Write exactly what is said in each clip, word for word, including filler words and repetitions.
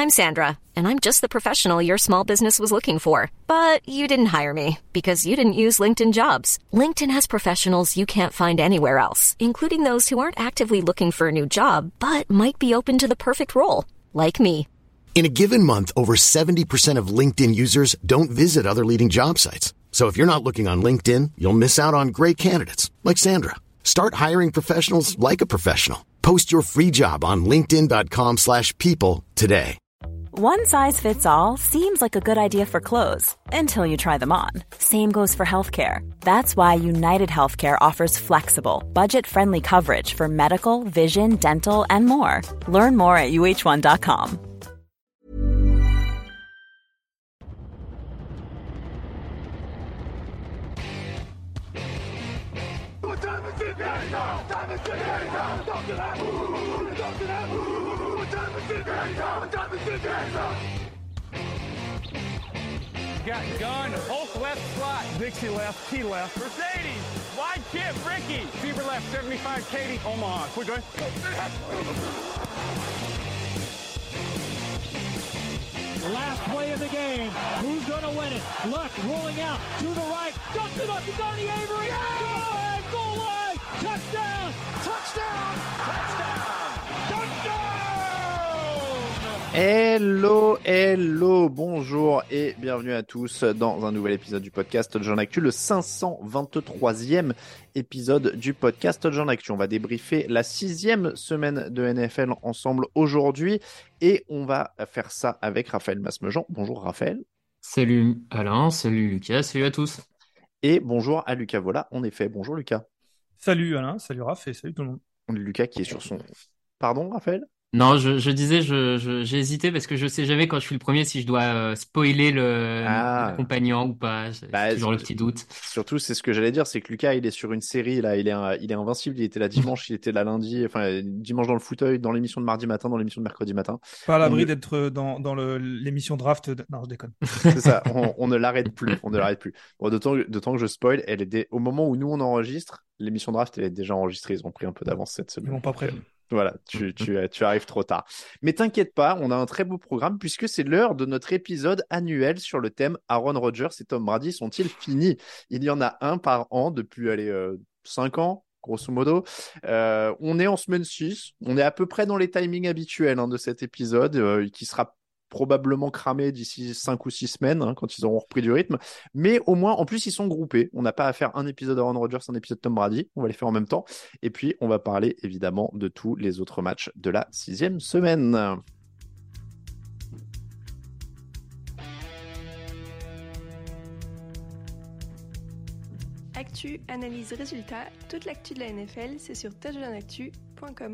I'm Sandra, and I'm just the professional your small business was looking for. But you didn't hire me because you didn't use LinkedIn Jobs. LinkedIn has professionals you can't find anywhere else, including those who aren't actively looking for a new job, but might be open to the perfect role, like me. In a given month, over seventy percent of LinkedIn users don't visit other leading job sites. So if you're not looking on LinkedIn, you'll miss out on great candidates like Sandra. Start hiring professionals like a professional. Post your free job on linkedin.com slash people today. One size fits all seems like a good idea for clothes until you try them on. Same goes for healthcare. That's why United Healthcare offers flexible, budget-friendly coverage for medical, vision, dental, and more. Learn more at U H one dot com. Got gun, Hulk left slot, Dixie left, T left, Mercedes, wide chip, Ricky, Fever left, seventy-five, Katie, Omaha. We're good. Last play of the game. Who's going to win it? Luck rolling out to the right. Dumps it up to Donnie Avery. Yeah! Goal line! Goal line! Touchdown! Touchdown! Touchdown! Touchdown! Hello, hello, bonjour et bienvenue à tous dans un nouvel épisode du podcast Touchdown Actu, le cinq cent vingt-troisième épisode du podcast Touchdown Actu. On va débriefer la sixième semaine de N F L ensemble aujourd'hui et on va faire ça avec Raphaël Masmejean. Bonjour Raphaël. Salut Alain, salut Lucas, salut à tous. Et bonjour à Lucas Vola, en effet. Bonjour Lucas. Salut Alain, salut Raph et salut tout le monde. Lucas qui est sur son... Pardon Raphaël ? Non, je, je disais, je, je, j'ai hésité parce que je sais jamais quand je suis le premier si je dois euh, spoiler le Ah. l'accompagnant ou pas. C'est Bah, toujours le petit doute. Surtout, c'est ce que j'allais dire, c'est que Lucas, il est sur une série, là, il est, un- il est invincible, il était là dimanche, il était là lundi, enfin, dimanche dans le fauteuil, dans l'émission de mardi matin, dans l'émission de mercredi matin. Pas à On l'abri ne- d'être dans, dans le- l'émission draft. de- Non, je déconne. C'est ça, on, on ne l'arrête plus, on ne l'arrête plus. Bon, d'autant, d'autant que je spoil, elle est dé- au moment où nous on enregistre, l'émission draft, elle est déjà enregistrée, ils ont pris un peu d'avance cette Ils semaine. m'ont pas prévenu. Voilà, tu, tu, tu arrives trop tard. Mais t'inquiète pas, on a un très beau programme puisque c'est l'heure de notre épisode annuel sur le thème Aaron Rodgers et Tom Brady sont-ils finis? Il y en a un par an depuis allez, euh, cinq ans, grosso modo. Euh, on est en semaine six, on est à peu près dans les timings habituels hein, de cet épisode euh, qui sera probablement cramé d'ici cinq ou six semaines hein, quand ils auront repris du rythme. Mais au moins, en plus, ils sont groupés. On n'a pas à faire un épisode Aaron Rodgers, un épisode Tom Brady. On va les faire en même temps. Et puis, on va parler évidemment de tous les autres matchs de la sixième semaine. Actu, analyse, résultat, toute l'actu de la N F L, c'est sur touchdown actu point com.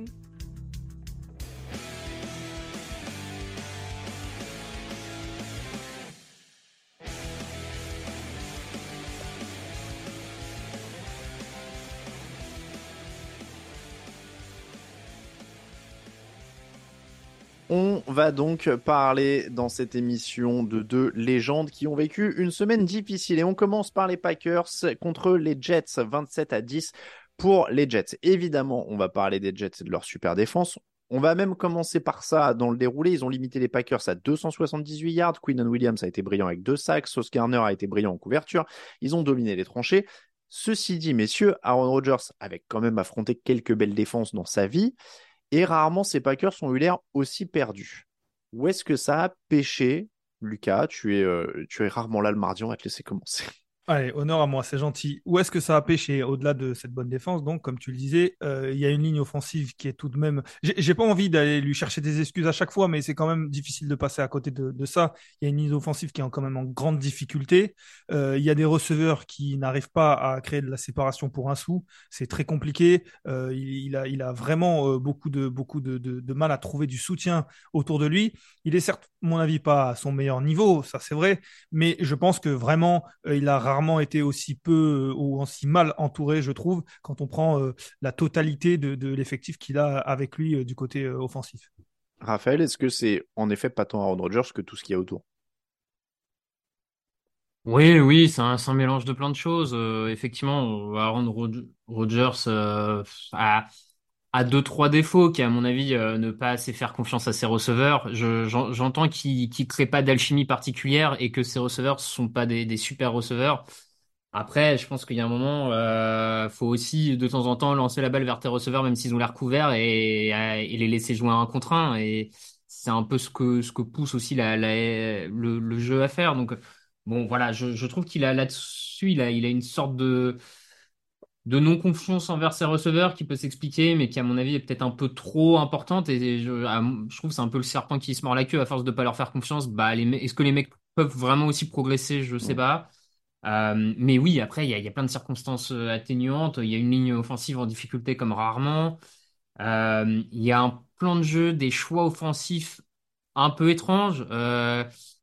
On va donc parler dans cette émission de deux légendes qui ont vécu une semaine difficile. Et on commence par les Packers contre les Jets, vingt-sept à dix pour les Jets. Évidemment, on va parler des Jets et de leur super défense. On va même commencer par ça dans le déroulé. Ils ont limité les Packers à deux cent soixante-dix-huit yards. Quinnen Williams a été brillant avec deux sacs. Sauce Garner a été brillant en couverture. Ils ont dominé les tranchées. Ceci dit, messieurs, Aaron Rodgers avait quand même affronté quelques belles défenses dans sa vie. Et rarement, ces Packers ont eu l'air aussi perdus. Où est-ce que ça a pêché, Lucas? Tu es, euh, tu es rarement là le mardi, on va te laisser commencer. Allez, honneur à moi, c'est gentil. Où est-ce que ça a pêché au-delà de cette bonne défense? Donc, comme tu le disais, euh, il y a une ligne offensive qui est tout de même. J'ai, j'ai pas envie d'aller lui chercher des excuses à chaque fois, mais c'est quand même difficile de passer à côté de, de ça. Il y a une ligne offensive qui est en- quand même en grande difficulté. Euh, il y a des receveurs qui n'arrivent pas à créer de la séparation pour un sou. C'est très compliqué. Euh, il, il a, il a vraiment euh, beaucoup de, beaucoup de, de, de mal à trouver du soutien autour de lui. Il est certes, à mon avis, pas à son meilleur niveau, ça c'est vrai, mais je pense que vraiment, euh, il a rarement été aussi peu euh, ou aussi mal entouré, je trouve, quand on prend euh, la totalité de, de l'effectif qu'il a avec lui euh, du côté euh, offensif. Raphaël, est-ce que c'est en effet pas tant Aaron Rodgers que tout ce qu'il y a autour? Oui, oui, c'est un, c'est un mélange de plein de choses. Euh, effectivement, Aaron Rod- Rodgers euh, a, a deux, trois défauts, qui, à mon avis, euh, ne pas assez faire confiance à ses receveurs. Je, j'en- j'entends qu'il qu'il crée pas d'alchimie particulière et que ses receveurs sont pas des, des super receveurs. Après, je pense qu'il y a un moment, euh, faut aussi de temps en temps lancer la balle vers tes receveurs, même s'ils ont l'air couverts, et, euh, et les laisser jouer un contre un. Et c'est un peu ce que ce que pousse aussi la, la- le, le jeu à faire. Donc bon, voilà, je, je trouve qu'il a là-dessus, il a il a une sorte de de non-confiance envers ses receveurs qui peut s'expliquer, mais qui, à mon avis, est peut-être un peu trop importante. Et je, à- je trouve que c'est un peu le serpent qui se mord la queue à force de pas leur faire confiance. Bah, les, me- est-ce que les mecs peuvent vraiment aussi progresser? Je sais Mm. pas. Euh, mais oui, après, il y a, il y a plein de circonstances euh, atténuantes. Il y a une ligne offensive en difficulté comme rarement. Euh, il y a un plan de jeu, des choix offensifs un peu étranges. Euh,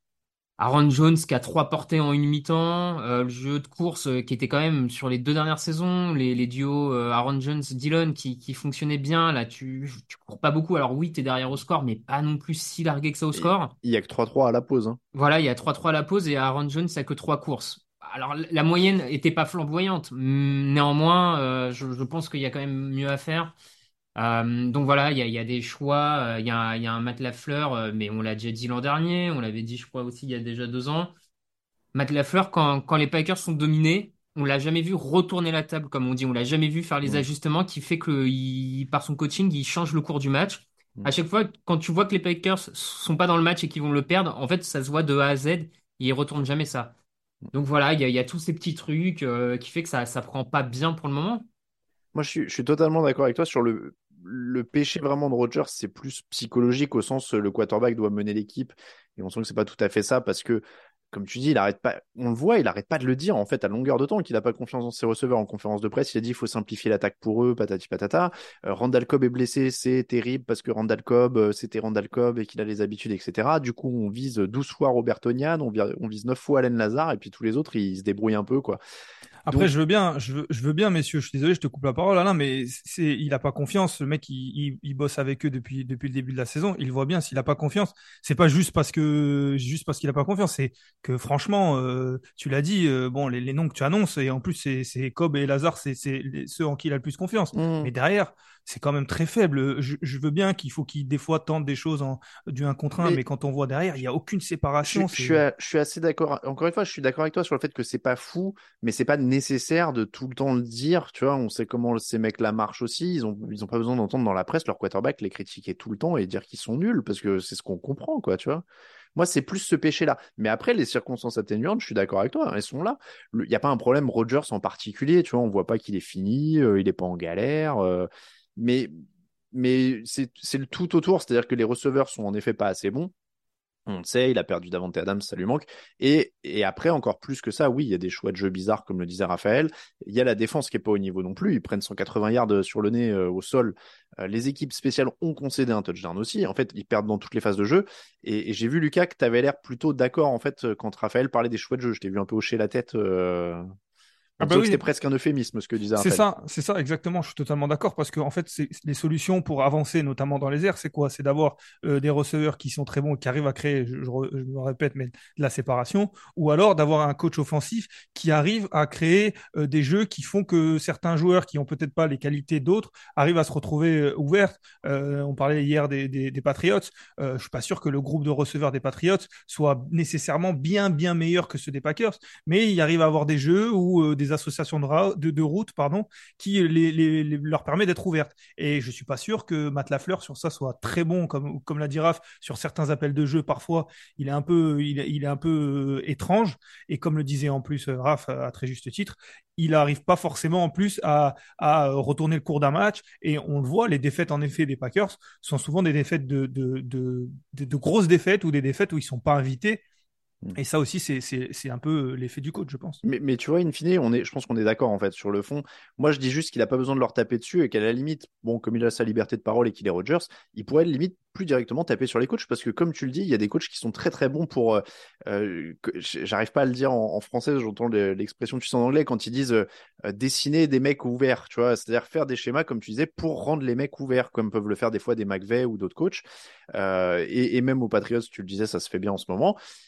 Aaron Jones qui a trois portées en une mi-temps, euh, le jeu de course euh, qui était quand même sur les deux dernières saisons, les, les duos euh, Aaron Jones-Dillon qui, qui fonctionnaient bien. Là, tu, tu cours pas beaucoup. Alors oui, t'es derrière au score, mais pas non plus si largué que ça au Et score. il y a que trois trois à la pause, hein. Voilà, il y a trois trois à la pause et Aaron Jones a que trois courses. Alors la moyenne était pas flamboyante. Hum, Néanmoins, euh, je, je pense qu'il y a quand même mieux à faire. Euh, donc voilà, il y a, il y a des choix. euh, Il y a, il y a un Matt Lafleur, euh, mais on l'a déjà dit l'an dernier. On l'avait dit, je crois aussi, il y a déjà deux ans. Matt Lafleur, quand, quand les Packers sont dominés, on l'a jamais vu retourner la table, comme on dit. On l'a jamais vu faire les Mm. ajustements qui fait que il, par son coaching, il change le cours du match. À Mm. chaque fois, quand tu vois que les Packers sont pas dans le match et qu'ils vont le perdre, en fait, ça se voit de A à Z et ils retournent jamais ça. Donc voilà, il y a, il y a tous ces petits trucs euh, qui fait que ça, ça prend pas bien pour le moment. Moi, je suis, je suis totalement d'accord avec toi sur le, le péché vraiment de Rodgers, c'est plus psychologique au sens euh, le quarterback doit mener l'équipe et on sent que c'est pas tout à fait ça parce que, comme tu dis, il arrête pas, on le voit, il arrête pas de le dire en fait à longueur de temps qu'il a pas confiance dans ses receveurs en conférence de presse. Il a dit il faut simplifier l'attaque pour eux, patati patata. Euh, Randall Cobb est blessé, c'est terrible parce que Randall Cobb, euh, c'était Randall Cobb et qu'il a les habitudes, et cetera. Du coup, on vise douze fois Robert Tonyan, on, vi- on vise neuf fois Allen Lazare et puis tous les autres ils se débrouillent un peu quoi. Après, Donc, je veux bien, je veux, je veux bien, messieurs. Je suis désolé, je te coupe la parole, Alain, mais c'est, il a pas confiance. Le mec, il, il, il bosse avec eux depuis, depuis le début de la saison. Il voit bien s'il a pas confiance. C'est pas juste parce que, juste parce qu'il a pas confiance. C'est que franchement, euh, tu l'as dit, euh, bon, les, les noms que tu annonces, et en plus, c'est, c'est Cobb et Lazare, c'est, c'est les- ceux en qui il a le plus confiance. hmm. Mais derrière, c'est quand même très faible. Je, je veux bien qu'il faut qu'il, des fois, tente des choses en, du un contre un, Mais mais quand on voit derrière, il y a aucune Je, séparation. je suis, C'est, a- je suis assez d'accord. Encore une fois, je suis d'accord avec toi sur le fait que c'est pas fou, mais c'est pas nécessaire de tout le temps le dire. Tu vois, on sait comment ces mecs-là marchent aussi. Ils ont, ils ont pas besoin d'entendre dans la presse leur quarterback les critiquer tout le temps et dire qu'ils sont nuls parce que c'est ce qu'on comprend, quoi. Tu vois. Moi, c'est plus ce péché-là. Mais après, les circonstances atténuantes, je suis d'accord avec toi, hein, elles sont là. Il n'y a pas un problème Rodgers en particulier. Tu vois, on voit pas qu'il est fini, euh, il est pas en galère. euh, mais mais c'est c'est le tout autour. C'est-à-dire que les receveurs sont en effet pas assez bons. On le sait, il a perdu Davante Adams, ça lui manque. Et, et après, encore plus que ça, oui, il y a des choix de jeu bizarres, comme le disait Raphaël. Il y a la défense qui est pas au niveau non plus. Ils prennent cent quatre-vingts yards sur le nez euh, au sol. Euh, les équipes spéciales ont concédé un touchdown aussi. En fait, ils perdent dans toutes les phases de jeu. Et, et j'ai vu, Lucas, que tu avais l'air plutôt d'accord, en fait, quand Raphaël parlait des choix de jeu. Je t'ai vu un peu hocher la tête. Euh... ah En bah disant que c'était oui. presque un euphémisme, ce que disait C'est Raphaël. ça, c'est ça exactement. Je suis totalement d'accord parce que en fait, c'est les solutions pour avancer, notamment dans les airs, c'est quoi? C'est d'avoir euh, des receveurs qui sont très bons, qui arrivent à créer, je, je, re- je me répète, mais de la séparation, ou alors d'avoir un coach offensif qui arrive à créer euh, des jeux qui font que certains joueurs qui ont peut-être pas les qualités d'autres arrivent à se retrouver euh, ouverts. Euh, on parlait hier des, des, des Patriots. Euh, je suis pas sûr que le groupe de receveurs des Patriots soit nécessairement bien bien meilleur que ceux des Packers, mais il arrive à avoir des jeux ou euh, des associations de, ra- de, de route pardon, qui les, les, les- leur permet d'être ouvertes. Et je suis pas sûr que Matt Lafleur sur ça soit très bon, comme, comme l'a dit Raph, sur certains appels de jeu parfois, il est un peu, il, est- il est un peu euh, étrange. Et comme le disait en plus euh, Raph à, à très juste titre, il n'arrive pas forcément en plus à, à retourner le cours d'un match. Et on le voit, les défaites en effet des Packers sont souvent des défaites de, de, de, de, de grosses défaites ou des défaites où ils sont pas invités. Et ça aussi, c'est, c'est, c'est un peu l'effet du coach, je pense. Mais, mais tu vois, in fine, on est, je pense qu'on est d'accord en fait sur le fond. Moi, je dis juste qu'il n'a pas besoin de leur taper dessus et qu'à la limite, bon, comme il a sa liberté de parole et qu'il est Rodgers, il pourrait limite plus directement taper sur les coachs parce que, comme tu le dis, il y a des coachs qui sont très très bons pour. Euh, euh, que- j'arrive pas à le dire en, en français, j'entends le- l'expression tu sais en anglais quand ils disent euh, euh, dessiner des mecs ouverts, tu vois, c'est-à-dire faire des schémas comme tu disais pour rendre les mecs ouverts, comme peuvent le faire des fois des McVay ou d'autres coachs. Euh, et, et même aux Patriots, tu le disais, ça se fait bien en ce moment.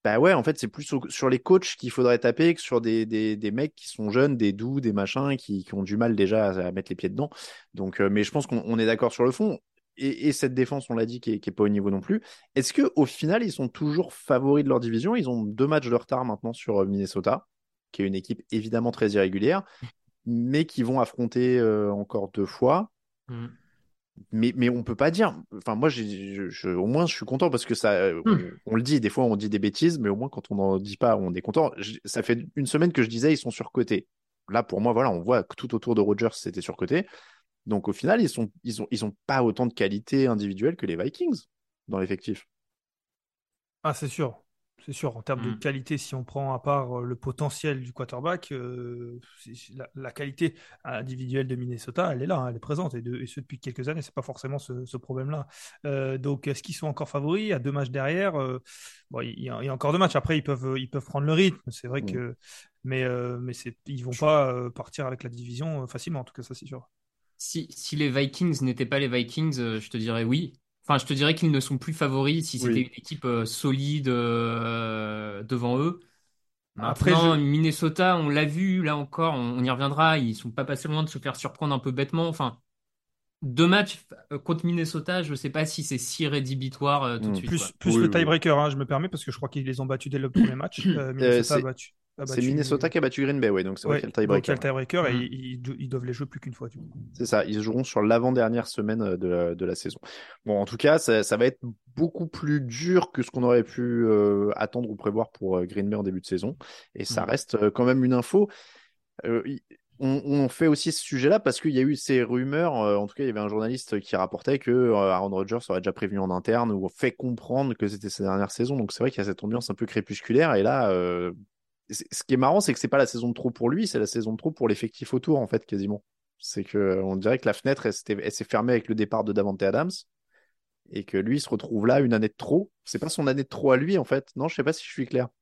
Bah ouais, en fait, c'est plus au- sur les coachs qu'il faudrait taper que sur des, des, des mecs qui sont jeunes, des doux, des machins, qui, qui ont du mal déjà à, à mettre les pieds dedans. Donc, euh, mais je pense qu'on on est d'accord sur le fond. Et, et cette défense, on l'a dit, qui est, qui est pas au niveau non plus. Est-ce que au final, ils sont toujours favoris de leur division? Ils ont deux matchs de retard maintenant sur euh, Minnesota, qui est une équipe évidemment très irrégulière, mais qui vont affronter euh, encore deux fois. Mm. Mais, mais on peut pas dire. Enfin, moi, j'ai, je, je- au moins, je suis content parce que ça, euh, Mm. on, on le dit. Des fois, on dit des bêtises, mais au moins, quand on n'en dit pas, on est content. Je- ça fait une semaine que je disais, ils sont surcotés. Là, pour moi, voilà, on voit que tout autour de Rodgers, c'était surcoté. Donc, au final, ils sont, ils ont, ils ont pas autant de qualité individuelle que les Vikings dans l'effectif. Ah, c'est sûr. C'est sûr. En termes de Mm. qualité, si on prend à part euh, le potentiel du quarterback, euh, c'est- c'est la, la qualité individuelle de Minnesota, elle est là, hein, elle est présente. Et, de, et ce depuis quelques années, c'est pas forcément ce, ce problème-là. Euh, donc, est-ce qu'ils sont encore favoris? À deux matchs derrière, euh, bon, il y, a, il y a encore deux matchs. Après, ils peuvent, ils peuvent prendre le rythme. C'est vrai Mm. que. Mais, euh, mais c'est, ils vont pas euh, partir avec la division euh, facilement, en tout cas, ça, c'est sûr. Si, si les Vikings n'étaient pas les Vikings, euh, je te dirais oui. Enfin, je te dirais qu'ils ne sont plus favoris si c'était Oui. une équipe euh, solide euh, devant eux. Après, Maintenant, je, Minnesota, on l'a vu, là encore, on, on y reviendra. Ils sont pas passés loin de se faire surprendre un peu bêtement. Enfin, deux matchs euh, contre Minnesota, je sais pas si c'est si rédhibitoire euh, tout de Mm. suite, plus, quoi. plus Oui, le oui. tiebreaker, hein, je me permets, parce que je crois qu'ils les ont battus dès le premier match. Euh, Euh, Minnesota a c'est, battu. A c'est battu Minnesota qui a battu Green Bay, ouais. Donc, c'est vrai qu'il y Ouais, a le donc il y a tiebreaker. le tiebreaker et Mm. ils, ils- ils doivent les jouer plus qu'une fois, du coup. C'est ça, ils joueront sur l'avant-dernière semaine euh, de la, de la saison. Bon, en tout cas, ça, ça va être beaucoup plus dur que ce qu'on aurait pu euh, attendre ou prévoir pour euh, Green Bay en début de saison. Et ça Mm. reste euh, quand même une info. Euh, il- on, on fait aussi ce sujet-là parce qu'il y a eu ces rumeurs. Euh, en tout cas, il y avait un journaliste qui rapportait que euh, Aaron Rodgers aurait déjà prévenu en interne ou fait comprendre que c'était sa dernière saison. Donc c'est vrai qu'il y a cette ambiance un peu crépusculaire. Et là, euh, c'est- ce qui est marrant, c'est que c'est pas la saison de trop pour lui, c'est la saison de trop pour l'effectif autour, en fait, quasiment. C'est que on dirait que la fenêtre, elle, s'était- elle s'est fermée avec le départ de Davante Adams et que lui il se retrouve là une année de trop. C'est pas son année de trop à lui, en fait. Non, je sais pas si je suis clair.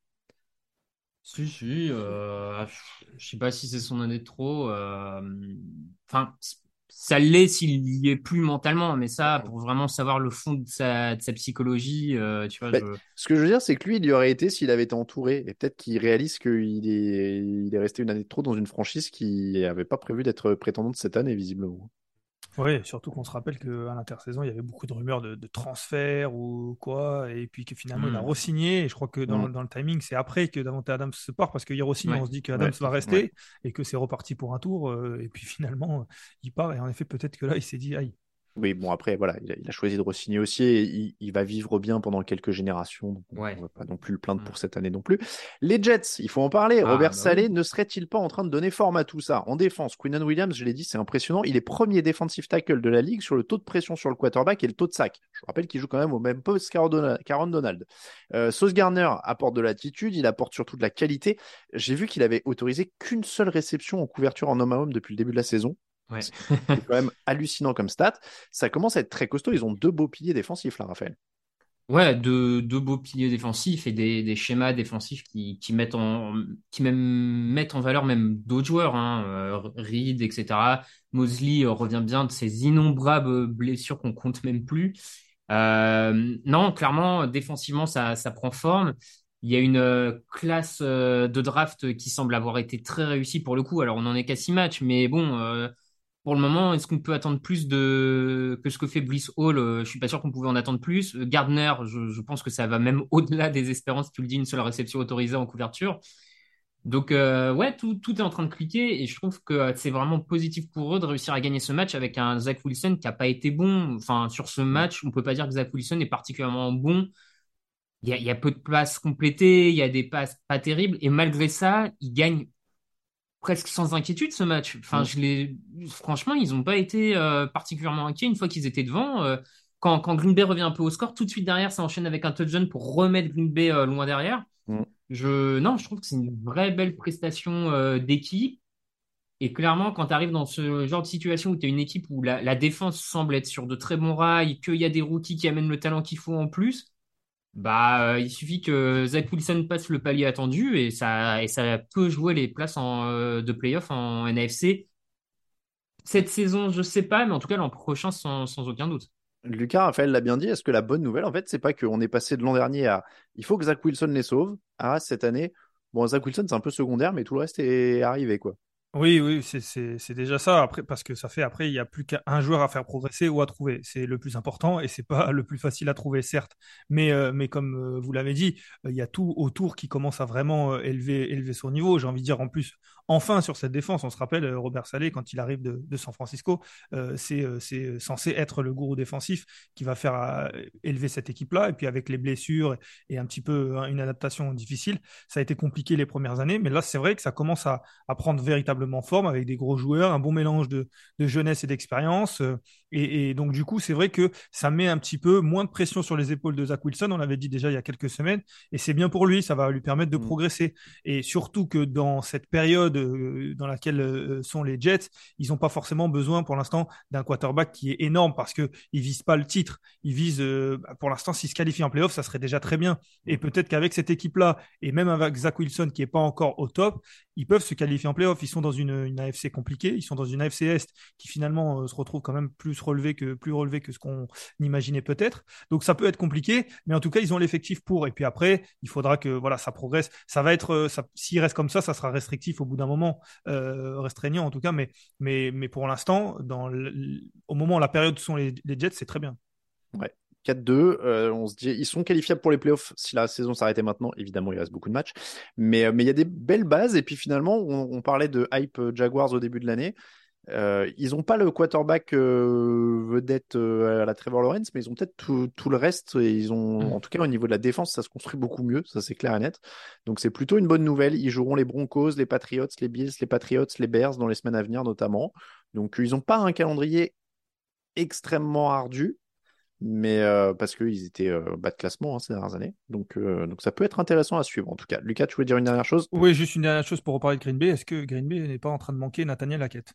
Si, si, euh, je sais pas si c'est son année de trop. euh, Enfin, ça l'est s'il y est plus mentalement, mais ça, pour vraiment savoir le fond de sa, de sa psychologie, euh, tu vois, Bah, je. ce que je veux dire, c'est que lui, il y aurait été s'il avait été entouré. Et peut-être qu'il réalise qu'il est... il est resté une année de trop dans une franchise qui n'avait pas prévu d'être prétendante cette année, visiblement. Oui, surtout qu'on se rappelle qu'à l'intersaison, il y avait beaucoup de rumeurs de, de transfert ou quoi, et puis que finalement, il a Hmm. re-signé. Et je crois que dans, Mm. dans le timing, c'est après que Davante Adams se part, parce qu'il re-signe, Ouais. on se dit que Adams Ouais, va ouais. rester, et que c'est reparti pour un tour, euh, et puis finalement, il part, et en effet, peut-être que là, il s'est dit, aïe. Oui, bon, après, voilà, il a, il a choisi de re-signer aussi et il, il va vivre bien pendant quelques générations. Donc on ne Ouais. va pas non plus le plaindre Hmm. pour cette année non plus. Les Jets, il faut en parler. Ah, Robert bah oui. Saleh ne serait-il pas en train de donner forme à tout ça? En défense, Quinnen Williams, je l'ai dit, c'est impressionnant. Il est premier defensive tackle de la ligue sur le taux de pression sur le quarterback et le taux de sac. Je rappelle qu'il joue quand même au même poste qu'Aaron Donald. Euh, Sauce Gardner apporte de l'attitude, il apporte surtout de la qualité. J'ai vu qu'il avait autorisé qu'une seule réception en couverture en homme à homme depuis le début de la saison. Ouais. C'est quand même hallucinant comme stat. Ça commence à être très costaud. Ils ont deux beaux piliers défensifs, là, Raphaël. Ouais, deux, deux beaux piliers défensifs et des, des schémas défensifs qui, qui mettent en, qui même mettent en valeur même d'autres joueurs, hein, euh, Reed, et cetera. Mosley euh, revient bien de ses innombrables blessures qu'on compte même plus. Euh, non, clairement, défensivement, ça, ça prend forme. Il y a une euh, classe euh, de draft qui semble avoir été très réussie pour le coup. Alors, on en est qu'à six matchs, mais bon, euh, pour le moment, est-ce qu'on peut attendre plus de que ce que fait Bliss Hall? Euh, je suis pas sûr qu'on pouvait en attendre plus. Euh, Gardner, je, je pense que ça va même au-delà des espérances. Tu le dis, une seule réception autorisée en couverture. Donc euh, ouais, tout, tout est en train de cliquer et je trouve que euh, c'est vraiment positif pour eux de réussir à gagner ce match avec un Zach Wilson qui a pas été bon. Enfin, sur ce match, on peut pas dire que Zach Wilson est particulièrement bon. Il y a, il y a peu de passes complétées, il y a des passes pas terribles et malgré ça, il gagne presque sans inquiétude ce match. Enfin, Mm. je l'ai, franchement, ils n'ont pas été euh, particulièrement inquiets une fois qu'ils étaient devant. Euh, quand, quand Green Bay revient un peu au score, tout de suite derrière, ça enchaîne avec un touchdown pour remettre Green Bay euh, loin derrière. Mm. Je, non, je trouve que c'est une vraie belle prestation euh, d'équipe. Et clairement, quand tu arrives dans ce genre de situation où tu as une équipe où la, la défense semble être sur de très bons rails, qu'il y a des rookies qui amènent le talent qu'il faut en plus, bah, euh, il suffit que Zach Wilson passe le palier attendu et ça, et ça peut jouer les places en, euh, de playoff en N A F C. Cette saison, je sais pas, mais en tout cas l'an prochain, sans, sans aucun doute. Lucas Raphaël l'a bien dit, est-ce que la bonne nouvelle, en fait, c'est pas qu'on est passé de l'an dernier à il faut que Zach Wilson les sauve, à cette année, bon, Zach Wilson, c'est un peu secondaire, mais tout le reste est arrivé, quoi. Oui, oui, c'est c'est c'est déjà ça. Après, parce que ça fait après, il y a plus qu'un joueur à faire progresser ou à trouver. C'est le plus important et c'est pas le plus facile à trouver, certes. Mais euh, mais comme euh, vous l'avez dit, euh, il y a tout autour qui commence à vraiment euh, élever élever son niveau. J'ai envie de dire en plus, enfin sur cette défense, on se rappelle euh, Robert Saleh quand il arrive de, de San Francisco, euh, c'est euh, c'est censé être le gourou défensif qui va faire euh, élever cette équipe-là. Et puis avec les blessures et un petit peu hein, une adaptation difficile, ça a été compliqué les premières années. Mais là, c'est vrai que ça commence à à prendre véritablement forme avec des gros joueurs, un bon mélange de, de jeunesse et d'expérience. Euh, et, et, donc, du coup, c'est vrai que ça met un petit peu moins de pression sur les épaules de Zach Wilson. On l'avait dit déjà il y a quelques semaines. Et c'est bien pour lui. Ça va lui permettre de Mm. progresser. Et surtout que dans cette période euh, dans laquelle euh, sont les Jets, ils n'ont pas forcément besoin pour l'instant d'un quarterback qui est énorme parce qu'ils ne visent pas le titre. Ils visent, euh, pour l'instant, s'ils se qualifient en playoff, ça serait déjà très bien. Et peut-être qu'avec cette équipe-là, et même avec Zach Wilson qui n'est pas encore au top, ils peuvent se qualifier en playoff. Ils sont dans une, une A F C compliquée. Ils sont dans une A F C Est qui finalement euh, se retrouve quand même plus relevé que, plus relevé que ce qu'on imaginait peut-être. Donc ça peut être compliqué, mais en tout cas, ils ont l'effectif pour. Et puis après, il faudra que voilà, ça progresse. Ça va être, euh, ça, s'il reste comme ça, ça sera restrictif au bout d'un moment, euh, restreignant en tout cas. Mais, mais, mais pour l'instant, dans le, au moment où la période sont les, les Jets, c'est très bien. Ouais. quatre deux, euh, on se dit, ils sont qualifiables pour les playoffs si la saison s'arrêtait maintenant. Évidemment, il reste beaucoup de matchs, mais euh, mais il y a des belles bases. Et puis finalement, on, on parlait de hype euh, Jaguars au début de l'année. Euh, ils n'ont pas le quarterback euh, vedette euh, à la Trevor Lawrence, mais ils ont peut-être tout, tout le reste. Et ils ont, en tout cas, au niveau de la défense, ça se construit beaucoup mieux. Ça, c'est clair et net. Donc, c'est plutôt une bonne nouvelle. Ils joueront les Broncos, les Patriots, les Bills, les Patriots, les Bears dans les semaines à venir, notamment. Donc, ils n'ont pas un calendrier extrêmement ardu. Mais euh, parce qu'ils étaient euh, bas de classement hein, ces dernières années. Donc, euh, donc ça peut être intéressant à suivre en tout cas. Lucas, tu voulais dire une dernière chose? Oui, juste une dernière chose pour reparler de Green Bay. Est-ce que Green Bay n'est pas en train de manquer Nathaniel Hackett?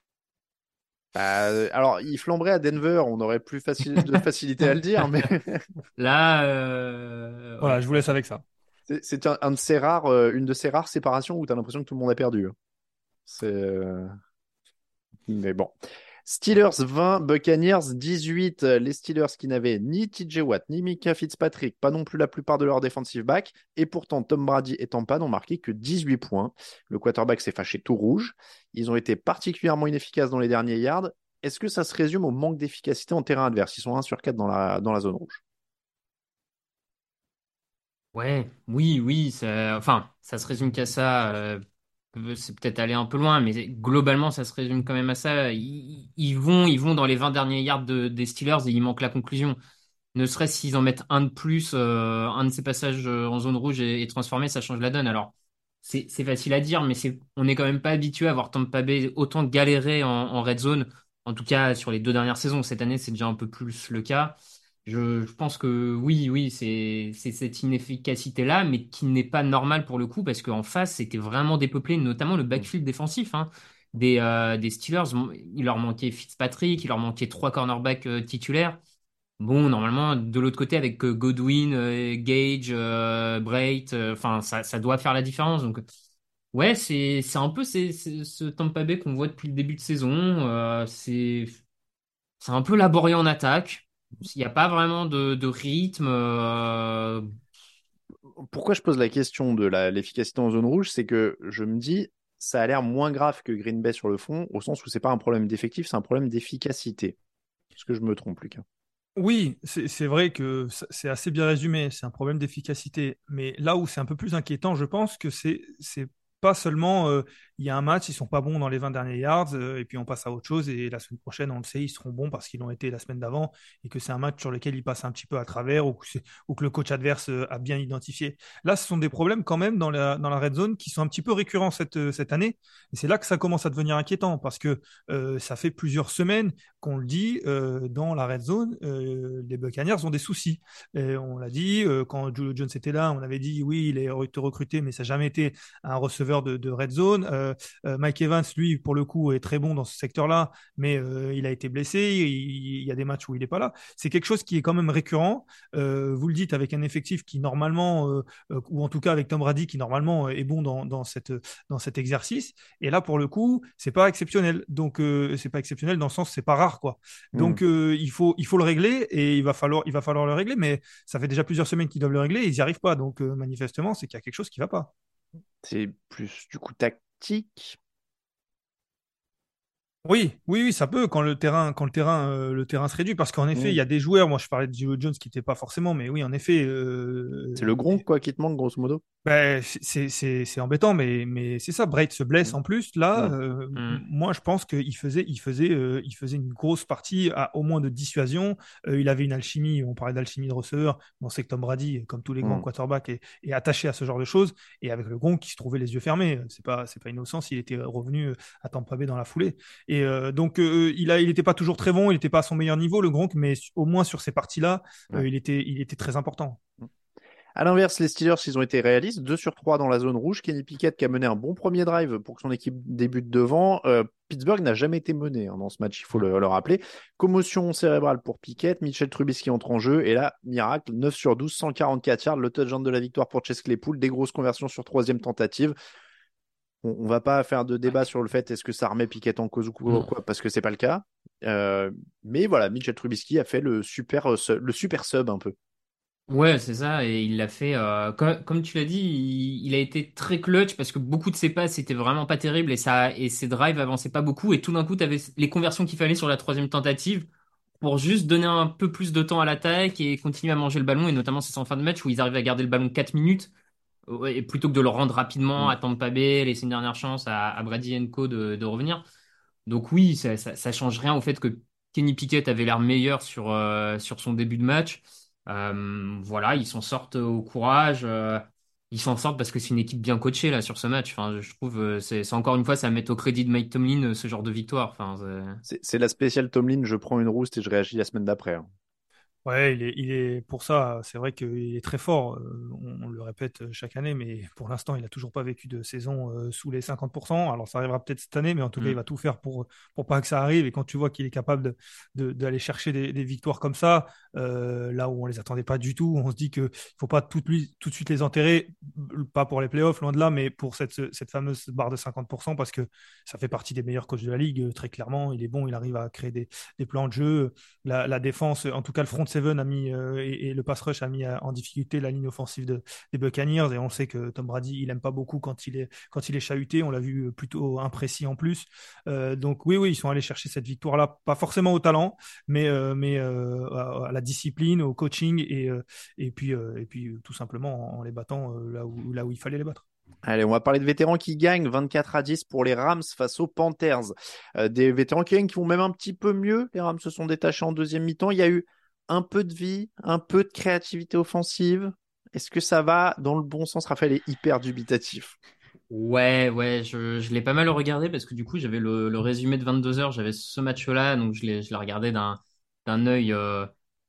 Bah, euh, alors, il flamberait à Denver, on aurait plus facile, de facilité à le dire, mais Là, euh, Voilà, ouais. je vous laisse avec ça. c'est c'est un, un de ces rares, euh, une de ces rares séparations où tu as l'impression que tout le monde a perdu. Hein. C'est, euh, Mais bon. Steelers vingt, Buccaneers dix-huit. Les Steelers qui n'avaient ni T J Watt, ni Micah Fitzpatrick, pas non plus la plupart de leurs defensive backs. Et pourtant, Tom Brady et Tampa n'ont marqué que dix-huit points. Le quarterback s'est fâché tout rouge. Ils ont été particulièrement inefficaces dans les derniers yards. Est-ce que ça se résume au manque d'efficacité en terrain adverse? Ils sont un sur quatre dans la, dans la zone rouge. Ouais, oui, oui, ça, enfin, ça se résume qu'à ça. euh, c'est peut-être aller un peu loin, mais globalement, ça se résume quand même à ça. Ils, ils vont, ils vont dans les vingt derniers yards de- des Steelers et il manque la conclusion. Ne serait-ce s'ils en mettent un de plus, euh, un de ces passages euh, en zone rouge est, est transformé, ça change la donne. Alors, c'est, c'est facile à dire, mais c'est, on n'est quand même pas habitué à voir Tampa Bay autant galérer en, en red zone. En tout cas, sur les deux dernières saisons. Cette année, c'est déjà un peu plus le cas. Je, je pense que oui, oui, c'est c'est cette inefficacité-là, mais qui n'est pas normale pour le coup, parce qu'en face, c'était vraiment dépeuplé, notamment le backfield défensif hein, des, euh, des Steelers. Il leur manquait Fitzpatrick, il leur manquait trois cornerbacks euh, titulaires. Bon, normalement, de l'autre côté, avec euh, Godwin, euh, Gage, euh, Brait, euh, enfin, ça, ça doit faire la différence. Donc, ouais, c'est c'est un peu c'est, c'est ce Tampa Bay qu'on voit depuis le début de saison. Euh, c'est c'est un peu laborieux en attaque. Il n'y a pas vraiment de, de rythme. euh, Pourquoi je pose la question de la- l'efficacité en zone rouge, c'est que je me dis, ça a l'air moins grave que Green Bay sur le fond, au sens où c'est pas un problème d'effectif, c'est un problème d'efficacité. Est-ce que je me trompe, Lucas? Oui, c'est c'est vrai que ça- c'est assez bien résumé, c'est un problème d'efficacité. Mais là où c'est un peu plus inquiétant, je pense que c'est c'est pas seulement euh, il y a un match, ils sont pas bons dans les vingt derniers yards, euh, et puis on passe à autre chose, et la semaine prochaine, on le sait, ils seront bons parce qu'ils l'ont été la semaine d'avant, et que c'est un match sur lequel ils passent un petit peu à travers, ou que, c'est- ou que le coach adverse euh, a bien identifié. Là, ce sont des problèmes quand même dans la, dans la red zone qui sont un petit peu récurrents cette, euh, cette année, et c'est là que ça commence à devenir inquiétant, parce que euh, ça fait plusieurs semaines qu'on le dit, euh, dans la red zone, euh, les Buccaneers ont des soucis. Et on l'a dit, euh, quand Julio Jones était là, on avait dit oui, il est été recruté, mais ça n'a jamais été un receveur de, de red zone. Euh, euh, Mike Evans, lui, pour le coup, est très bon dans ce secteur-là, mais euh, il a été blessé. Il, il y a des matchs où il n'est pas là. C'est quelque chose qui est quand même récurrent. Euh, vous le dites avec un effectif qui normalement, euh, euh, ou en tout cas avec Tom Brady, qui normalement est bon dans, dans, cette, dans cet exercice. Et là, pour le coup, c'est pas exceptionnel. Donc, euh, c'est pas exceptionnel dans le sens, c'est pas rare tard, quoi. Donc, Mmh. euh, il faut, il faut le régler et il va falloir, il va falloir le régler. Mais ça fait déjà plusieurs semaines qu'ils doivent le régler et ils n'y arrivent pas. Donc, euh, manifestement, c'est qu'il y a quelque chose qui va pas. C'est plus du coup tactique. Oui, oui, oui, ça peut quand le terrain, quand le terrain, euh, le terrain se réduit, parce qu'en effet, il Mmh. y a des joueurs. Moi, je parlais de Gio Jones qui n'était pas forcément, mais oui, en effet, euh, C'est le Gronk quoi qui te manque grosso modo. ben, c'est c'est c'est embêtant, mais mais c'est ça. Braid se blesse Mmh. en plus. Là, Mmh. euh, Hmm. moi, je pense qu'il faisait, il faisait, euh, il faisait une grosse partie à, au moins de dissuasion. Euh, il avait une alchimie. On parlait d'alchimie de receveur. On sait que Tom Brady, comme tous les grands Mmh. quarterbacks, est, est attaché à ce genre de choses. Et avec le Gronk, qui se trouvait les yeux fermés. C'est pas, c'est pas innocent s'il était revenu à Tampa Bay dans la foulée. Et euh, donc, euh, il a, il était pas toujours très bon. Il n'était pas à son meilleur niveau, le Gronk, mais au moins sur ces parties-là, Ouais. euh, il était, il était très important. À l'inverse, les Steelers, ils ont été réalistes, deux sur trois dans la zone rouge. Kenny Pickett qui a mené un bon premier drive pour que son équipe débute devant. Euh, Pittsburgh n'a jamais été mené hein, dans ce match, il faut le, le rappeler. Commotion cérébrale pour Pickett, Mitchell Trubisky entre en jeu. Et là, miracle, neuf sur douze, cent quarante-quatre yards, le touchdown de la victoire pour Chase Claypool, des grosses conversions sur troisième tentative. On, on va pas faire de débat sur le fait est-ce que ça remet Pickett en cause ou quoi, Non. quoi, parce que c'est pas le cas. Euh, mais voilà, Mitchell Trubisky a fait le super, euh, su- le super sub un peu. Ouais, c'est ça, et il l'a fait, euh, comme, comme tu l'as dit, il, il a été très clutch parce que beaucoup de ses passes étaient vraiment pas terribles et, ça, et ses drives avançaient pas beaucoup, et tout d'un coup, tu avais les conversions qu'il fallait sur la troisième tentative pour juste donner un peu plus de temps à l'attaque et continuer à manger le ballon, et notamment c'est en fin de match où ils arrivent à garder le ballon quatre minutes, ouais, et plutôt que de le rendre rapidement Mm. à Tampa Bay, laisser une dernière chance à, à Brady and Co de, de revenir. Donc oui, ça, ça, ça change rien au fait que Kenny Pickett avait l'air meilleur sur, euh, sur son début de match. Euh, voilà, ils s'en sortent au courage. Euh, ils s'en sortent parce que c'est une équipe bien coachée là sur ce match. Enfin, je trouve euh, c'est c'est encore une fois ça met au crédit de Mike Tomlin euh, ce genre de victoire. Enfin, c'est- C'est c'est la spéciale Tomlin, je prends une rouste et je réagis la semaine d'après. Hein. Ouais, il est, il est pour ça, c'est vrai qu'il est très fort. euh, on, on le répète chaque année, mais pour l'instant, il n'a toujours pas vécu de saison euh, sous les cinquante pour cent. Alors, ça arrivera peut-être cette année, mais en tout cas, il Mm. va tout faire pour pour pas que ça arrive. Et quand tu vois qu'il est capable de, de- d'aller chercher des, des victoires comme ça, euh, là où on les attendait pas du tout, on se dit que il faut pas tout, lui- tout de suite les enterrer, pas pour les playoffs, loin de là, mais pour cette cette fameuse barre de cinquante pour cent, parce que ça fait partie des meilleurs coachs de la ligue. Très clairement, il est bon, il arrive à créer des des plans de jeu. La, la défense, en tout cas le front seven a mis euh, et, et le pass rush a mis euh, en difficulté la ligne offensive de, des Buccaneers, et on sait que Tom Brady il aime pas beaucoup quand il est quand il est chahuté. On l'a vu plutôt imprécis en plus. Euh, donc oui oui ils sont allés chercher cette victoire là, pas forcément au talent, mais euh, mais euh, à, à la discipline, au coaching et euh, et puis euh, et puis euh, tout simplement en, en les battant euh, là où là où il fallait les battre. Allez, on va parler de vétérans qui gagnent vingt-quatre à dix pour les Rams face aux Panthers. Euh, des vétérans qui gagnent, qui vont même un petit peu mieux. Les Rams se sont détachés en deuxième mi-temps. Il y a eu un peu de vie, un peu de créativité offensive. Est-ce que ça va dans le bon sens? Raphaël est hyper dubitatif. Ouais, ouais, je, je l'ai pas mal regardé parce que du coup j'avais le, le résumé de vingt-deux heures, j'avais ce match-là, donc je l'ai je l'ai regardé d'un d'un œil euh,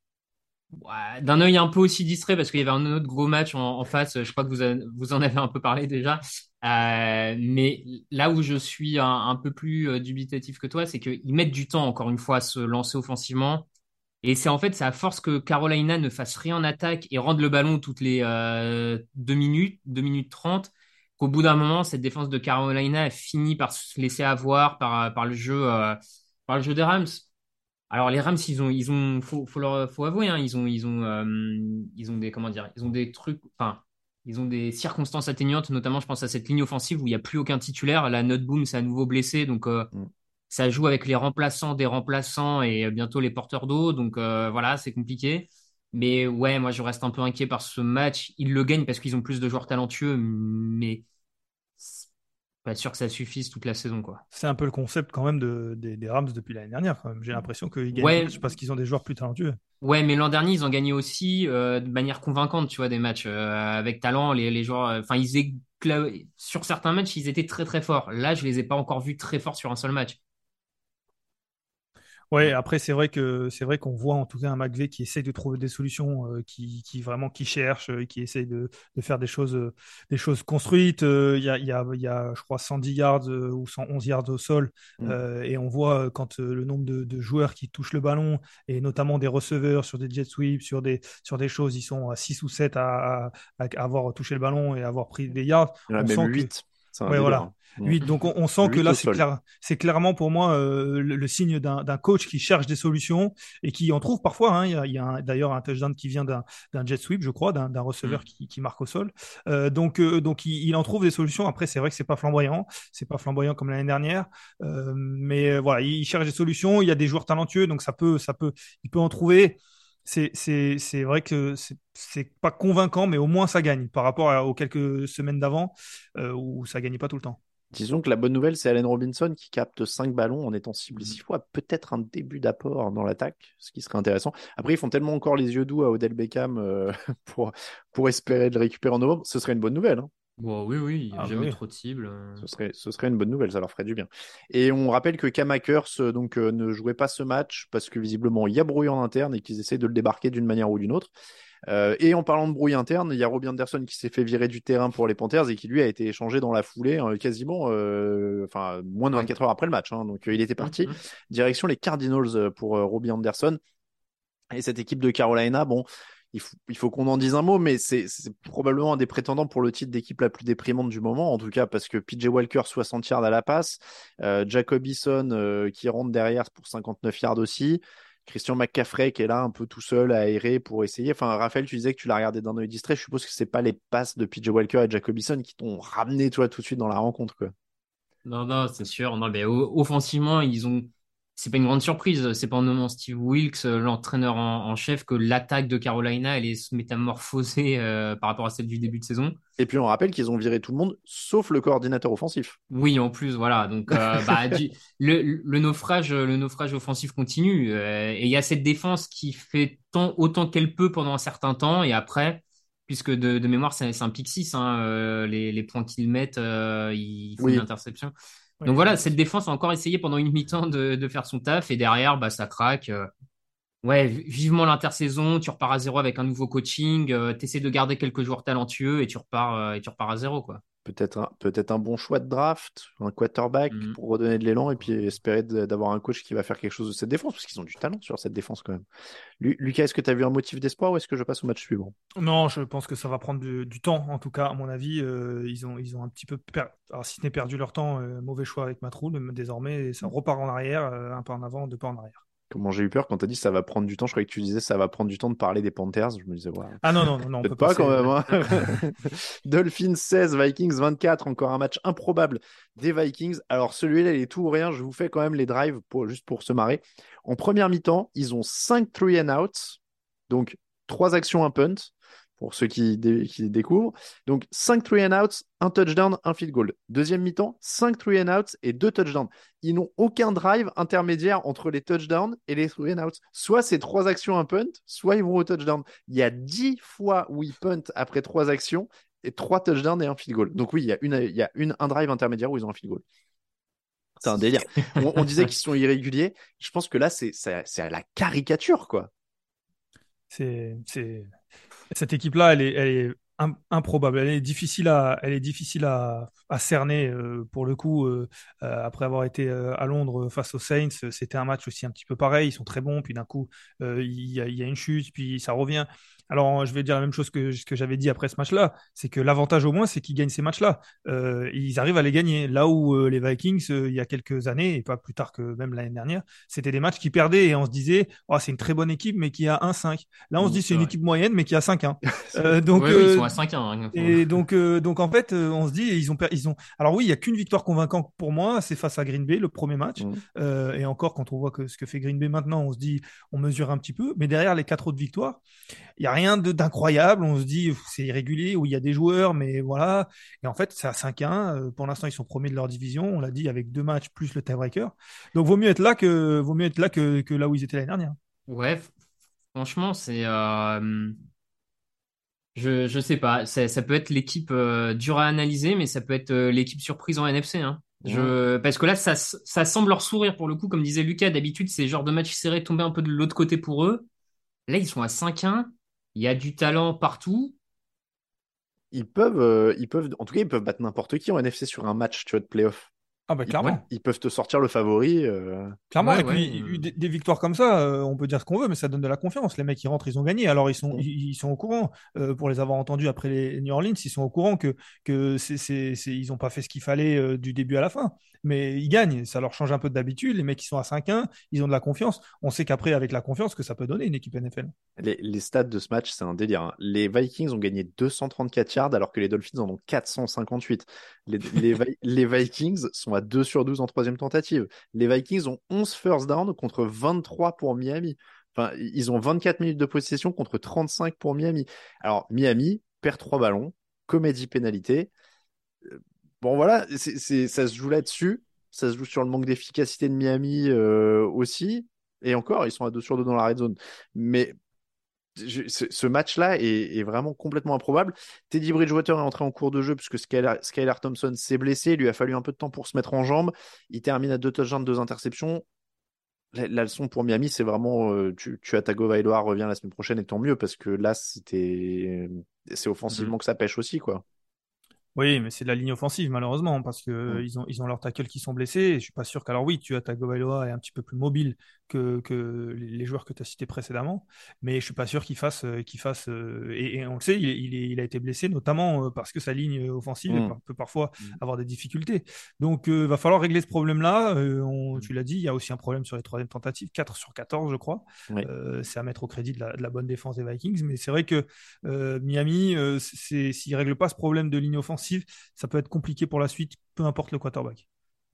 ouais, d'un œil un peu aussi distrait parce qu'il y avait un autre gros match en, en face. Je crois que vous, a- vous en avez un peu parlé déjà. Euh, mais là où je suis un, un peu plus euh, dubitatif que toi, c'est qu'ils mettent du temps, encore une fois, à se lancer offensivement. Et c'est en fait, c'est à force que Carolina ne fasse rien en attaque et rende le ballon toutes les euh, deux minutes, deux minutes trente, qu'au bout d'un moment, cette défense de Carolina finit par se laisser avoir par, par le jeu, euh, par le jeu des Rams. Alors les Rams, ils ont, ils ont, faut, faut leur, faut avouer, hein, ils ont, ils ont, euh, ils ont des, comment dire, ils ont des trucs, enfin, ils ont des circonstances atténuantes, notamment, je pense à cette ligne offensive où il n'y a plus aucun titulaire. La Note Boom s'est à nouveau blessé, donc euh, Mm. ça joue avec les remplaçants des remplaçants et euh, bientôt les porteurs d'eau, donc euh, voilà, c'est compliqué. Mais ouais, moi je reste un peu inquiet par ce match. Ils le gagnent parce qu'ils ont plus de joueurs talentueux, mais c'est pas sûr que ça suffise toute la saison, quoi. C'est un peu le concept quand même de, des, des Rams depuis l'année dernière. Quand même. J'ai l'impression qu'ils gagnent des Ouais, matchs parce qu'ils ont des joueurs plus talentueux. Ouais, mais l'an dernier, ils ont gagné aussi euh, de manière convaincante, tu vois, des matchs euh, avec talent. Les, les joueurs, euh, enfin, ils écla- sur certains matchs, ils étaient très très forts. Là, je les ai pas encore vus très forts sur un seul match. Ouais, après c'est vrai que c'est vrai qu'on voit en tout cas un McVay qui essaye de trouver des solutions, euh, qui, qui vraiment qui cherche, euh, qui essaye de, de faire des choses euh, des choses construites. Euh, Il y a il y a il y a je crois cent dix yards euh, ou cent onze yards au sol, Mm. euh, et on voit euh, quand euh, le nombre de, de joueurs qui touchent le ballon, et notamment des receveurs sur des jet sweeps, sur des sur des choses, ils sont à six ou sept à, à, à avoir touché le ballon et avoir pris des yards. Il y en a On même sent que huit. C'est un Ouais, délire. voilà. Hein. Huit. Donc, on, on sent que Huit là, au c'est sol. clair, c'est clairement pour moi euh, le, le signe d'un, d'un coach qui cherche des solutions et qui en trouve parfois. Hein. Il y a, il y a un- d'ailleurs un touchdown qui vient d'un, d'un jet sweep, je crois, d'un, d'un receveur Mm. qui, qui marque au sol. Euh, donc, euh, donc il, il en trouve des solutions. Après, c'est vrai que c'est pas flamboyant, c'est pas flamboyant comme l'année dernière, euh, mais euh, voilà, il cherche des solutions. Il y a des joueurs talentueux, donc ça peut, ça peut, il peut en trouver. C'est, c'est, c'est vrai que c'est, c'est pas convaincant, mais au moins ça gagne par rapport à- aux quelques semaines d'avant euh, où ça gagnait pas tout le temps. Disons que la bonne nouvelle, c'est Allen Robinson qui capte cinq ballons en étant ciblé Mm. six fois. Peut-être un début d'apport dans l'attaque, ce qui serait intéressant. Après, ils font tellement encore les yeux doux à Odell Beckham euh, pour, pour espérer de le récupérer en novembre. Ce serait une bonne nouvelle. Hein. Bon, oui, oui, il n'y a Ah bah jamais oui. trop de cibles. euh. Ce serait, ce serait une bonne nouvelle, ça leur ferait du bien. Et on rappelle que Cam Akers euh, donc, euh, ne jouait pas ce match parce que visiblement il y a brouille en interne et qu'ils essaient de le débarquer d'une manière ou d'une autre. Euh, et en parlant de brouille interne, il y a Robbie Anderson qui s'est fait virer du terrain pour les Panthers et qui lui a été échangé dans la foulée euh, quasiment euh, enfin, moins de vingt-quatre heures après le match. Hein. Donc euh, il était Mm, parti. mm. Direction les Cardinals euh, pour euh, Robbie Anderson. Et cette équipe de Carolina, bon, il faut, il faut qu'on en dise un mot, mais c'est, c'est probablement un des prétendants pour le titre d'équipe la plus déprimante du moment, en tout cas parce que P J Walker, soixante yards à la passe, euh, Jacob Eason euh, qui rentre derrière pour cinquante-neuf yards aussi, Christian McCaffrey qui est là un peu tout seul à aérer pour essayer. Enfin, Raphaël, tu disais que tu l'as regardé d'un œil distrait, je suppose que c'est pas les passes de P J Walker et Jacob Eason qui t'ont ramené toi tout de suite dans la rencontre, quoi. Non, non, c'est sûr. Non, mais o- offensivement, ils ont. C'est pas une grande surprise. C'est pas en nommant Steve Wilkes, euh, l'entraîneur en, en chef, que l'attaque de Carolina elle est se métamorphosée euh, par rapport à celle du début de saison. Et puis on rappelle qu'ils ont viré tout le monde, sauf le coordinateur offensif. Oui, en plus, voilà. Donc, euh, bah, du- le, le naufrage, le naufrage offensif continue. euh, et il y a cette défense qui fait tant, autant qu'elle peut pendant un certain temps. Et après, puisque de, de mémoire, c'est c'est un pick six, hein, euh, les, les points qu'ils mettent, euh, ils font une Oui, interception. Ouais, Donc il fait voilà, une cette passe. défense a encore essayé pendant une mi-temps de, de faire son taf. Et derrière, bah, ça craque. euh. Ouais, vivement l'intersaison. Tu repars à zéro avec un nouveau coaching. Euh, t'essaies de garder quelques joueurs talentueux et tu repars, euh, et tu repars à zéro, quoi. peut-être un, peut-être un bon choix de draft, un quarterback Mhm. pour redonner de l'élan et puis espérer de- d'avoir un coach qui va faire quelque chose de cette défense, parce qu'ils ont du talent sur cette défense quand même. Lu- Lucas, est-ce que tu as vu un motif d'espoir ou est-ce que je passe au match suivant? Non, je pense que ça va prendre du, du temps, en tout cas, à mon avis. Euh, ils ont, ils ont un petit peu, per... Alors, si ce n'est perdu leur temps, euh, mauvais choix avec Matroul. Mais désormais, ça repart en arrière, euh, un pas en avant, deux pas en arrière. Comment j'ai eu peur quand tu as dit ça va prendre du temps, je croyais que tu disais ça va prendre du temps de parler des Panthers, je me disais, ouais, Ah non, non, non, non, on peut peut-être pas passer. quand même. euh, Hein. Dolphins seize, Vikings vingt-quatre, encore un match improbable des Vikings. Alors celui-là, il est tout ou rien, je vous fais quand même les drives pour, juste pour se marrer. En première mi-temps, ils ont cinq three and outs, donc trois actions, un punt, pour ceux qui, dé- qui découvrent. Donc cinq three and outs, un touchdown, un field goal. Deuxième mi-temps, cinq three and outs et deux touchdowns. Ils n'ont aucun drive intermédiaire entre les touchdowns et les three and outs. Soit c'est trois actions, un punt, soit ils vont au touchdown. Il y a dix fois où ils punt après trois actions et trois touchdowns et un field goal. Donc oui, il y a, une, il y a une, un drive intermédiaire où ils ont un field goal. C'est un délire. On, on disait qu'ils sont irréguliers. Je pense que là, c'est, c'est, c'est à la caricature, quoi. C'est, c'est... Cette équipe-là, elle est, elle est im- improbable. Elle est difficile à, elle est difficile à, à cerner euh, pour le coup. Euh, euh, après avoir été euh, à Londres face aux Saints, euh, c'était un match aussi un petit peu pareil. Ils sont très bons, puis d'un coup, euh, il y a, il y a une chute, puis ça revient. Alors, je vais dire la même chose que ce que j'avais dit après ce match-là, c'est que l'avantage au moins, c'est qu'ils gagnent ces matchs-là. Euh, ils arrivent à les gagner. Là où euh, les Vikings, euh, il y a quelques années, et pas plus tard que même l'année dernière, c'était des matchs qui perdaient et on se disait, oh, c'est une très bonne équipe, mais qui a un cinq. Là, on se Mm, dit, c'est c'est une vrai. équipe moyenne, mais qui a cinq un. Euh, donc, Oui, oui, ils euh, sont à cinq un. Hein. et donc, euh, donc en fait, euh, on se dit, ils ont, per- ils ont. Alors oui, il y a qu'une victoire convaincante pour moi, c'est face à Green Bay, le premier match. Mm. Euh, et encore, quand on voit que ce que fait Green Bay maintenant, on se dit, on mesure un petit peu. Mais derrière les quatre autres victoires, il y a rien de d'incroyable. On se dit, pff, c'est irrégulier, où il y a des joueurs, mais voilà. Et en fait, c'est à cinq un. Euh, pour l'instant, ils sont premiers de leur division. On l'a dit avec deux matchs plus le tiebreaker. Donc, vaut mieux être là que, vaut mieux être là que, que là où ils étaient l'année dernière. Ouais, f- franchement, c'est. euh, Je, je sais pas. Ça, ça peut être l'équipe euh, dure à analyser, mais ça peut être euh, l'équipe surprise en N F C. Hein. Ouais. Je... Parce que là, ça, s- ça semble leur sourire pour le coup. Comme disait Lucas, d'habitude, ces genres de matchs serrés tombaient un peu de l'autre côté pour eux. Là, ils sont à cinq un. Il y a du talent partout. Ils peuvent, euh, ils peuvent, en tout cas, ils peuvent battre n'importe qui en N F C sur un match, tu vois, de playoff. Ah bah Ils, clairement. ils peuvent te sortir le favori. euh. Clairement, Ouais, et ouais. puis euh, des, des victoires comme ça, euh, on peut dire ce qu'on veut, mais ça donne de la confiance. Les mecs, ils rentrent, ils ont gagné. Alors ils sont, Mm. ils, ils sont au courant. Euh, pour les avoir entendus après les New Orleans, ils sont au courant que que c'est, c'est, c'est- ils ont pas fait ce qu'il fallait euh, du début à la fin. Mais ils gagnent, ça leur change un peu d'habitude. Les mecs, ils sont à cinq un, ils ont de la confiance. On sait qu'après, avec la confiance, que ça peut donner une équipe N F L. Les, les stats de ce match, c'est un délire, hein. Les Vikings ont gagné deux cent trente-quatre yards alors que les Dolphins en ont quatre cent cinquante-huit. Les, les, Vi- les Vikings sont à deux sur douze en troisième tentative. Les Vikings ont onze first down contre vingt-trois pour Miami. Enfin, ils ont vingt-quatre minutes de possession contre trente-cinq pour Miami. Alors, Miami perd trois ballons, comédie pénalité. Euh, Bon, voilà, c'est, c'est, ça se joue là-dessus. Ça se joue sur le manque d'efficacité de Miami euh, aussi. Et encore, ils sont à deux sur deux dans la red zone. Mais je- ce, ce match-là est, est vraiment complètement improbable. Teddy Bridgewater est entré en cours de jeu puisque Skylar, Skylar Thompson s'est blessé. Il lui a fallu un peu de temps pour se mettre en jambes. Il termine à deux touchdowns, deux interceptions. La, la leçon pour Miami, c'est vraiment euh, tu, tu as Tagovailoa, reviens la semaine prochaine et tant mieux parce que là, c'était c'est offensivement que ça pêche aussi, quoi. Oui, mais c'est de la ligne offensive, malheureusement, parce que Mm. euh, ils ont, ils ont leurs tackles qui sont blessés. Et je suis pas sûr qu'alors oui, tu as Tagovailoa est un petit peu plus mobile que, que les les joueurs que tu as cités précédemment, mais je suis pas sûr qu'il fasse, euh, qu'il fasse euh, et, et on le sait, il, est- il, est- il a été blessé notamment euh, parce que sa ligne offensive est Mm. par- peut parfois Mm. avoir des difficultés. Donc, euh, va falloir régler ce problème-là. Euh, on- Mm. tu l'as dit, il y a aussi un problème sur les troisièmes tentatives, quatre sur quatorze, je crois. Oui. Euh, c'est à mettre au crédit de la, de la bonne défense des Vikings, mais c'est vrai que euh, Miami, euh, c'est, s'il ne règle pas ce problème de ligne offensive, ça peut être compliqué pour la suite, peu importe le quarterback.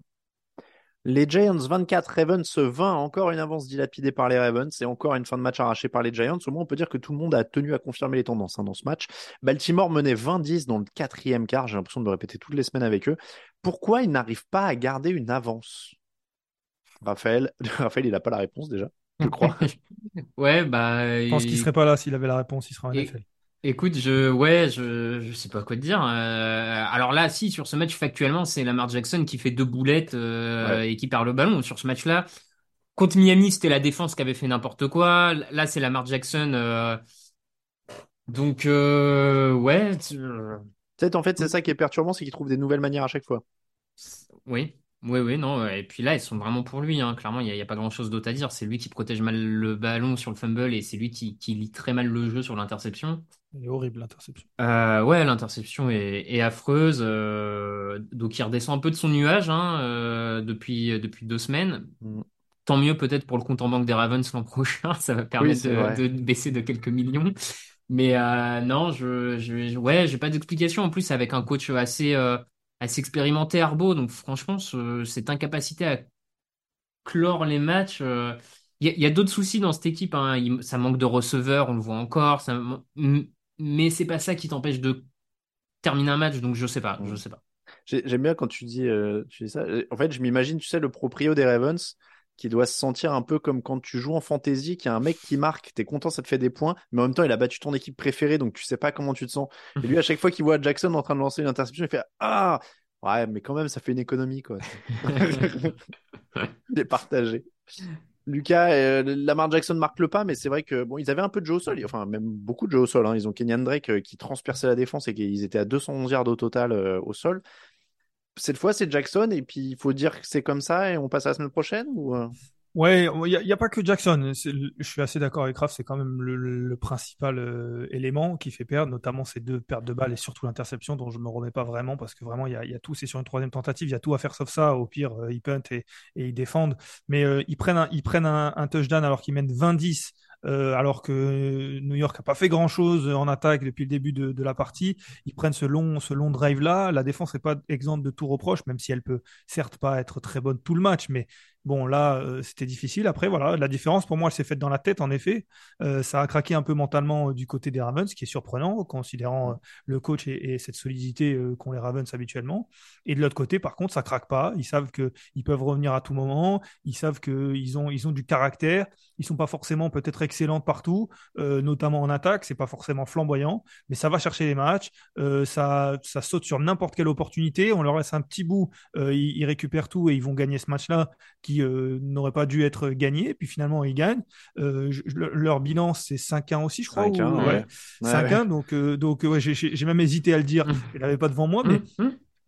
Les Giants vingt-quatre, Ravens vingt, encore une avance dilapidée par les Ravens et encore une fin de match arrachée par les Giants. Au moins, on peut dire que tout le monde a tenu à confirmer les tendances hein, dans ce match. Baltimore menait vingt dix dans le quatrième quart. J'ai l'impression de me répéter toutes les semaines avec eux. Pourquoi ils n'arrivent pas à garder une avance? Raphaël, Raphaël, il n'a pas la réponse déjà, je crois. Ouais, bah, Je pense qu'il et- serait pas là s'il avait la réponse, il serait en et- N F L. écoute, je, ouais, je, je sais pas quoi te dire. Euh, alors là, si, sur ce match, factuellement, c'est Lamar Jackson qui fait deux boulettes euh, Ouais. et qui perd le ballon. Sur ce match-là, contre Miami, c'était la défense qui avait fait n'importe quoi. Là, c'est Lamar Jackson. euh, donc, euh, ouais, tu- euh, Peut-être en fait, c'est ça qui est perturbant, c'est qu'ils trouvent des nouvelles manières à chaque fois. oui. Oui, oui, non. ouais. Et puis là, ils sont vraiment pour lui. Hein. Clairement, il n'y a, il y a pas grand-chose d'autre à dire. C'est lui qui protège mal le ballon sur le fumble et c'est lui qui, qui lit très mal le jeu sur l'interception. Il est horrible l'interception. Euh, ouais, l'interception est, est affreuse. euh, donc il redescend un peu de son nuage hein, euh, depuis, depuis deux semaines. Mm. Tant mieux peut-être pour le compte en banque des Ravens l'an prochain. Ça va Oui, permettre c'est de, vrai. de baisser de quelques millions. Mais euh, non, je, je, je- ouais, j'ai pas d'explication. En plus, avec un coach assez, euh, assez expérimenté, Arbo. Donc franchement, ce- cette incapacité à clore les matchs. euh, Il y a, il y a d'autres soucis dans cette équipe. Hein. Il- ça manque de receveurs, on le voit encore. Ça, m- mais c'est pas ça qui t'empêche de terminer un match. Donc je sais pas, je Mm. sais pas. J'ai- J'aime bien quand tu dis, euh, tu dis ça. En fait, je m'imagine, tu sais, le proprio des Ravens qui doit se sentir un peu comme quand tu joues en fantasy, qu'il y a un mec qui marque, t'es content, ça te fait des points, mais en même temps, il a battu ton équipe préférée, donc tu sais pas comment tu te sens. Et lui, à chaque fois qu'il voit Jackson en train de lancer une interception, il fait Ah! Ouais, mais quand même, ça fait une économie, quoi. Il est partagé. Lucas, euh, Lamar Jackson marque le pas, mais c'est vrai que bon, ils avaient un peu de jeu au sol, enfin même beaucoup de jeu au sol. Hein. Ils ont Kenyan Drake euh, qui transperçait la défense et qu'ils étaient à deux cent onze yards au total euh, au sol. Cette fois, c'est Jackson et puis il faut dire que c'est comme ça et on passe à la semaine prochaine ou euh Ouais, il n'y a, y a pas que Jackson. C'est le- Je suis assez d'accord avec Raph, c'est quand même le, le- le principal euh, élément qui fait perdre, notamment ces deux pertes de balles et surtout l'interception dont je me remets pas vraiment parce que vraiment il y a, il y a tout, c'est sur une troisième tentative, il y a tout à faire sauf ça. Au pire, euh, ils puntent et, et ils défendent, mais euh, ils prennent un, ils prennent un, un touchdown alors qu'ils mènent vingt dix. Euh, alors que New York a pas fait grand-chose en attaque depuis le début de, de la partie, ils prennent ce long, ce long drive-là. La défense n'est pas exempte de tout reproche, même si elle peut certes pas être très bonne tout le match, mais bon, là, euh, c'était difficile. Après, voilà, la différence pour moi, elle s'est faite dans la tête, en effet. Euh, ça a craqué un peu mentalement euh, du côté des Ravens, ce qui est surprenant, considérant euh, le coach et, et cette solidité euh, qu'ont les Ravens habituellement. Et de l'autre côté, par contre, ça craque pas. Ils savent qu'ils peuvent revenir à tout moment. Ils savent qu'ils ont, ils ont du caractère. Ils sont pas forcément peut-être excellents partout, euh, notamment en attaque. C'est pas forcément flamboyant, mais ça va chercher les matchs. Euh, ça, ça saute sur n'importe quelle opportunité. On leur laisse un petit bout. Euh, ils, ils récupèrent tout et ils vont gagner ce match-là qui euh, n'aurait pas dû être gagné, puis finalement ils gagnent. Euh, je- le- leur bilan c'est cinq un aussi, je crois, cinq un, ou ouais. ouais, Ouais, cinq un, ouais. donc, euh, donc ouais, j'ai j'ai- j'ai même hésité à le dire, je l'avais pas devant moi, mais Hum, hum.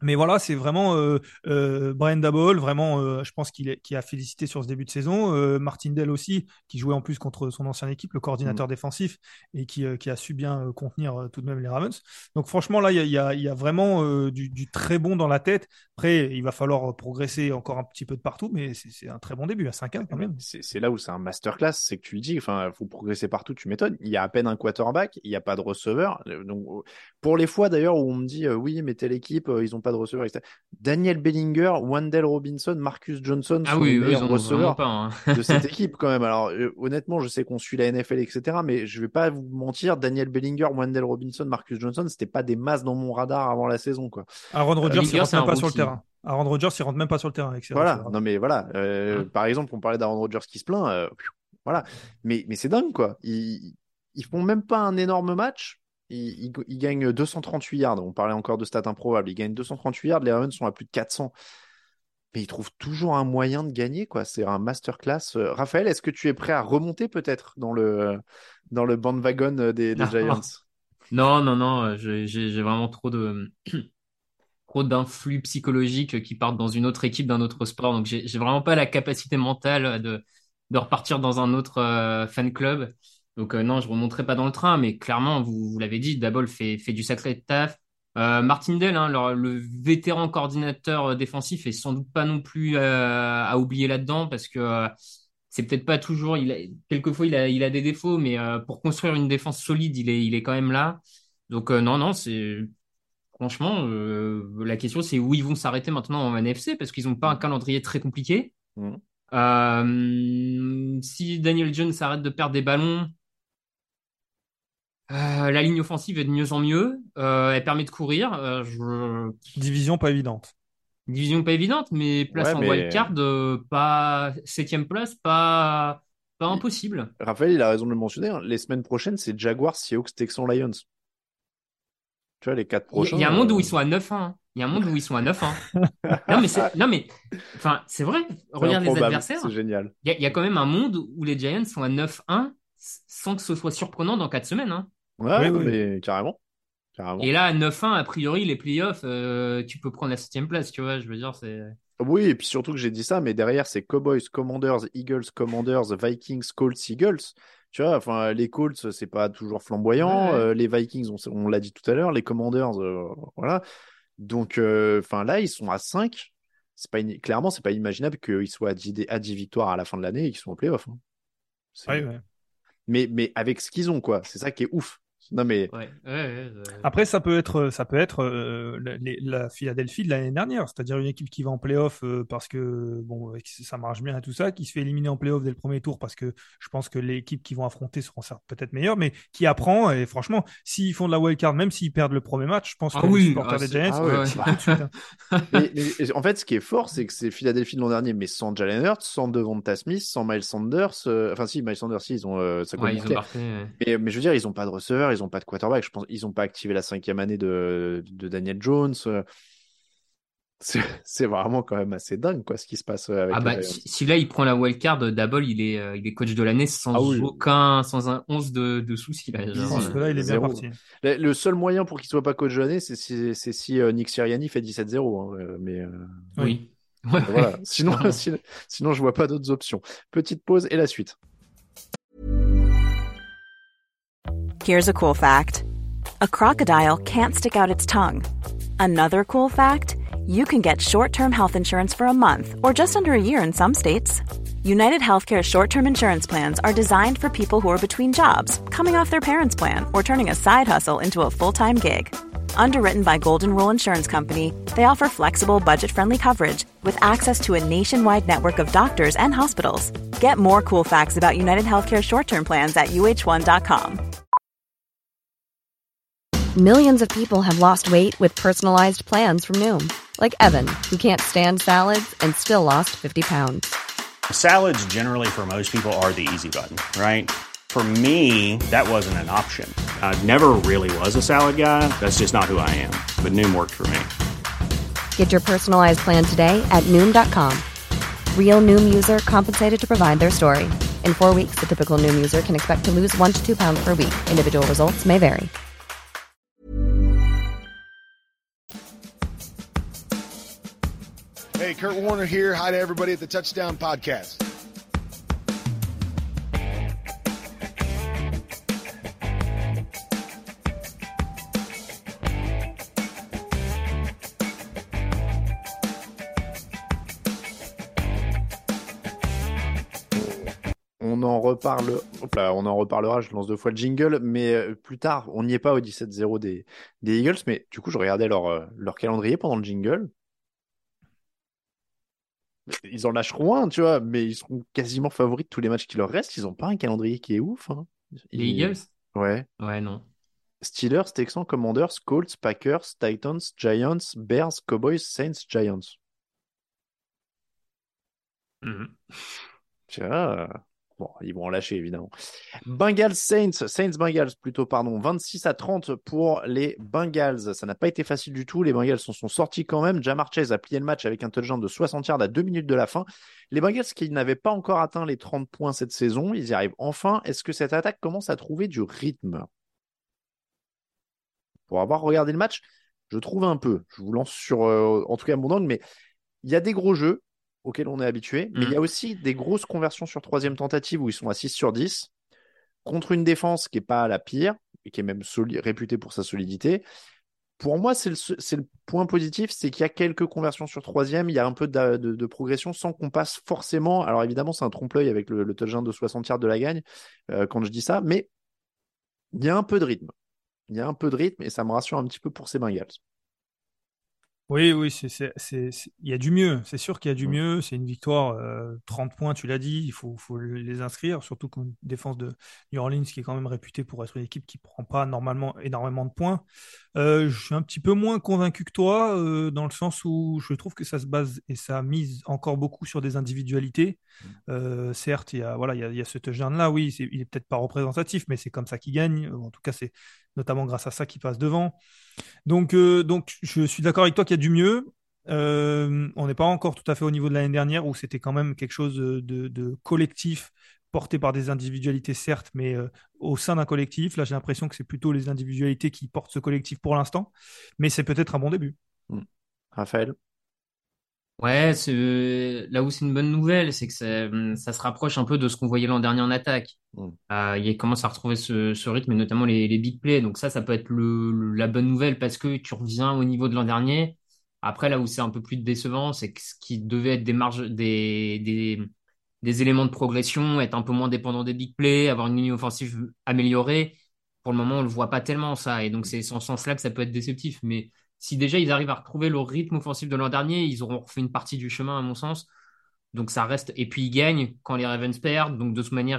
Mais voilà, c'est vraiment euh, euh, Brian Daboll, vraiment, euh, je pense qu'il est, qui a félicité sur ce début de saison. Euh, Martindale aussi, qui jouait en plus contre son ancienne équipe, le coordinateur mmh. défensif, et qui, euh, qui a su bien euh, contenir euh, tout de même les Ravens. Donc franchement, là, il y a, y a, y a vraiment euh, du, du très bon dans la tête. Après, il va falloir progresser encore un petit peu de partout, mais c'est, c'est un très bon début, à cinq un quand même. C'est, c'est là où c'est un masterclass, c'est que tu le dis, enfin, il faut progresser partout, tu m'étonnes. Il y a à peine un quarterback, il n'y a pas de receveur. Donc, pour les fois d'ailleurs où on me dit, euh, oui, mais telle équipe, euh, ils n'ont pas de receveur, et cetera. Daniel Bellinger, Wendell Robinson, Marcus Johnson ah sont oui, les eux, meilleurs ils receveurs pas, hein. de cette équipe quand même. Alors euh, honnêtement, je sais qu'on suit la N F L, et cetera. Mais je vais pas vous mentir, Daniel Bellinger, Wendell Robinson, Marcus Johnson, c'était pas des masses dans mon radar avant la saison, quoi. Aaron Rodgers, euh, il rentre même pas sur le terrain. Aaron Rodgers, il rentre même pas sur le terrain avec ses Voilà. receveurs. Non mais voilà. Euh, hein par exemple, on parlait d'Aaron Rodgers qui se plaint. Euh, voilà. Mais mais c'est dingue, quoi. Ils ils font même pas un énorme match. Ils, ils, ils gagnent deux cent trente-huit yards. On parlait encore de stats improbables. Ils gagnent deux cent trente-huit yards. Les Ravens sont à plus de quatre cents. Mais ils trouvent toujours un moyen de gagner, quoi. C'est un masterclass. Euh, Raphaël, est-ce que tu es prêt à remonter peut-être dans le, dans le bandwagon des, des Giants? Non, non, non. J'ai, j'ai, j'ai vraiment trop de, trop d'influx psychologiques qui partent dans une autre équipe, d'un autre sport. Donc, j'ai, j'ai vraiment pas la capacité mentale de, de repartir dans un autre euh, fan club. Donc, euh, non, je remonterai pas dans le train. Mais clairement, vous, vous l'avez dit, Daboll fait, fait du sacré taf. Euh, Martindale, hein, le, le vétéran coordinateur défensif, est sans doute pas non plus euh, à oublier là-dedans parce que euh, c'est peut-être pas toujours. Il a, quelquefois, il a, il a des défauts, mais euh, pour construire une défense solide, il est, il est quand même là. Donc euh, non, non, c'est franchement euh, la question, c'est où ils vont s'arrêter maintenant en N F C parce qu'ils n'ont pas un calendrier très compliqué. Mmh. Euh, si Daniel Jones arrête de perdre des ballons. Euh, la ligne offensive est de mieux en mieux. Euh, elle permet de courir. Euh, je... Division pas évidente. Division pas évidente, mais place ouais, en mais... wildcard, euh, pas septième place, pas pas il... impossible. Raphaël, il a raison de le mentionner. Hein. Les semaines prochaines, c'est Jaguars, Seahawks, Texans, Lions. Tu vois, les quatre prochains. Il y a un monde euh... où ils sont à neuf un. Hein. Il y a un monde où ils sont à neuf un. non, mais c'est... non, mais enfin, c'est vrai. C'est Regarde les adversaires. C'est génial. Il y, a... il y a quand même un monde où les Giants sont à neuf un sans que ce soit surprenant dans quatre semaines. Hein. Ouais, oui, oui. mais carrément. carrément. Et là, à neuf un, a priori, les playoffs, euh, tu peux prendre la septième place, tu vois, je veux dire, c'est... Oui, et puis surtout que j'ai dit ça, mais derrière, c'est Cowboys, Commanders, Eagles, Commanders, Vikings, Colts, Eagles. Tu vois, enfin, les Colts, c'est pas toujours flamboyant. Ouais. Euh, les Vikings, on, on l'a dit tout à l'heure. Les Commanders, euh, voilà. Donc, enfin, euh, là, ils sont à cinq. C'est pas in... Clairement, c'est pas imaginable qu'ils soient à dix, à dix victoires à la fin de l'année et qu'ils soient en playoff. Hein. Ouais, ouais. Mais, mais avec ce qu'ils ont, quoi. C'est ça qui est ouf. Non, mais... Ouais, ouais, ouais, ouais. Après, ça peut être, ça peut être euh, la, la Philadelphie de l'année dernière, c'est-à-dire une équipe qui va en play-off euh, parce que bon, ça marche bien et tout ça, qui se fait éliminer en play-off dès le premier tour parce que je pense que les équipes qui vont affronter seront certes peut-être meilleures, mais qui apprend. Et franchement, s'ils font de la wildcard, même s'ils perdent le premier match, je pense ah que oui, les supporters ah, des Giants, ah ouais, bah, tout de suite. Hein. mais, mais, en fait, ce qui est fort, c'est que c'est Philadelphie de l'an dernier, mais sans Jalen Hurts, sans Devonta Smith, sans Miles Sanders. Euh... Enfin, si, Miles Sanders, si, ils ont euh, ça ouais, ils ont parfait, ouais. mais, mais je veux dire, ils ont pas de receveur, ils ont pas de quarterback. Je pense ils n'ont pas activé la cinquième année de, de Daniel Jones. C'est, c'est vraiment quand même assez dingue, quoi, ce qui se passe avec ah bah, si, si là il prend la wildcard, Daboll il est, euh, il est coach de l'année sans ah oui. aucun, sans un once de, de soucis. Là, genre, je pense que là il est bien parti. Le, le seul moyen pour qu'il soit pas coach de l'année, c'est, c'est, c'est si euh, Nick Sirianni fait dix-sept zéro. Hein, mais euh, oui. Ouais, voilà. Sinon, sinon, sinon, je vois pas d'autres options. Petite pause et la suite. Here's a cool fact. A crocodile can't stick out its tongue. Another cool fact, you can get short-term health insurance for a month or just under a year in some states. United Healthcare short-term insurance plans are designed for people who are between jobs, coming off their parents' plan, or turning a side hustle into a full-time gig. Underwritten by Golden Rule Insurance Company, they offer flexible, budget-friendly coverage with access to a nationwide network of doctors and hospitals. Get more cool facts about United Healthcare short-term plans at U H one dot com. Millions of people have lost weight with personalized plans from Noom. Like Evan, who can't stand salads and still lost fifty pounds. Salads generally for most people are the easy button, right? For me, that wasn't an option. I never really was a salad guy. That's just not who I am. But Noom worked for me. Get your personalized plan today at Noom dot com. Real Noom user compensated to provide their story. In four weeks, the typical Noom user can expect to lose one to two pounds per week. Individual results may vary. Hey, Kurt Warner here. Hi to everybody at the Touchdown Podcast. On en reparle. Hop là, on en reparlera. Je lance deux fois le jingle, mais euh, plus tard, on n'y est pas au dix-sept zéro des, des Eagles. Mais du coup, je regardais leur, euh, leur calendrier pendant le jingle. Ils en lâcheront un, tu vois, mais ils seront quasiment favoris de tous les matchs qui leur restent. Ils n'ont pas un calendrier qui est ouf. Hein. Les Ils- Eagles? Ouais. Ouais, non. Steelers, Texans, Commanders, Colts, Packers, Titans, Giants, Bears, Cowboys, Saints, Giants. Mhm. Tu vois, bon, ils vont en lâcher évidemment. Bengals, Saints, Saints, Bengals plutôt, pardon. vingt-six à trente pour les Bengals. Ça n'a pas été facile du tout. Les Bengals s'en sont sortis quand même. Ja'Marr Chase a plié le match avec un touchdown de soixante yards à deux minutes de la fin. Les Bengals qui n'avaient pas encore atteint les trente points cette saison, ils y arrivent enfin. Est-ce que cette attaque commence à trouver du rythme? Pour avoir regardé le match, je trouve un peu. Je vous lance sur, euh, en tout cas, mon angle, mais il y a des gros jeux auxquels on est habitué, mais il y a aussi des grosses conversions sur troisième tentative où ils sont à six sur dix, contre une défense qui n'est pas la pire, et qui est même soli- réputée pour sa solidité. Pour moi, c'est le, c'est le point positif, c'est qu'il y a quelques conversions sur troisième, il y a un peu de, de- de progression sans qu'on passe forcément. Alors évidemment, c'est un trompe-l'œil avec le, le touchdown de soixante yards de la gagne, euh, quand je dis ça, mais il y a un peu de rythme. Il y a un peu de rythme et ça me rassure un petit peu pour ces Bengals. Oui, oui, c'est, c'est, c'est, c'est- il y a du mieux. C'est sûr qu'il y a du Mm. mieux. C'est une victoire, euh, trente points, tu l'as dit. Il faut, faut les inscrire, surtout contre une défense de New Orleans qui est quand même réputée pour être une équipe qui prend pas normalement énormément de points. Euh, je suis un petit peu moins convaincu que toi, euh, dans le sens où je trouve que ça se base et ça mise encore beaucoup sur des individualités. Euh, certes, il y a, voilà, il y a, il y a ce touchdown-là, oui, c'est, il est peut-être pas représentatif, mais c'est comme ça qu'il gagne. En tout cas, c'est notamment grâce à ça qu'il passe devant. Donc, euh, donc, je suis d'accord avec toi qu'il y a du mieux. Euh, on n'est pas encore tout à fait au niveau de l'année dernière où c'était quand même quelque chose de, de- de collectif, porté par des individualités, certes, mais euh, au sein d'un collectif. Là, j'ai l'impression que c'est plutôt les individualités qui portent ce collectif pour l'instant, mais c'est peut-être un bon début. Mm. Raphaël? Ouais, c'est là où c'est une bonne nouvelle, c'est que ça, ça se rapproche un peu de ce qu'on voyait l'an dernier en attaque. Mm. Euh, il commence à retrouver ce, ce rythme, et notamment les, les big plays. Donc ça, ça peut être le, le- la bonne nouvelle parce que tu reviens au niveau de l'an dernier. Après, là où c'est un peu plus décevant, c'est que ce qui devait être des marges, des, des, des éléments de progression, être un peu moins dépendant des big plays, avoir une ligne offensive améliorée. Pour le moment, on le voit pas tellement ça, et donc c'est en ce sens-là que ça peut être déceptif. Mais si déjà ils arrivent à retrouver le rythme offensif de l'an dernier, ils auront refait une partie du chemin à mon sens. Donc ça reste. Et puis ils gagnent quand les Ravens perdent. Donc de toute manière,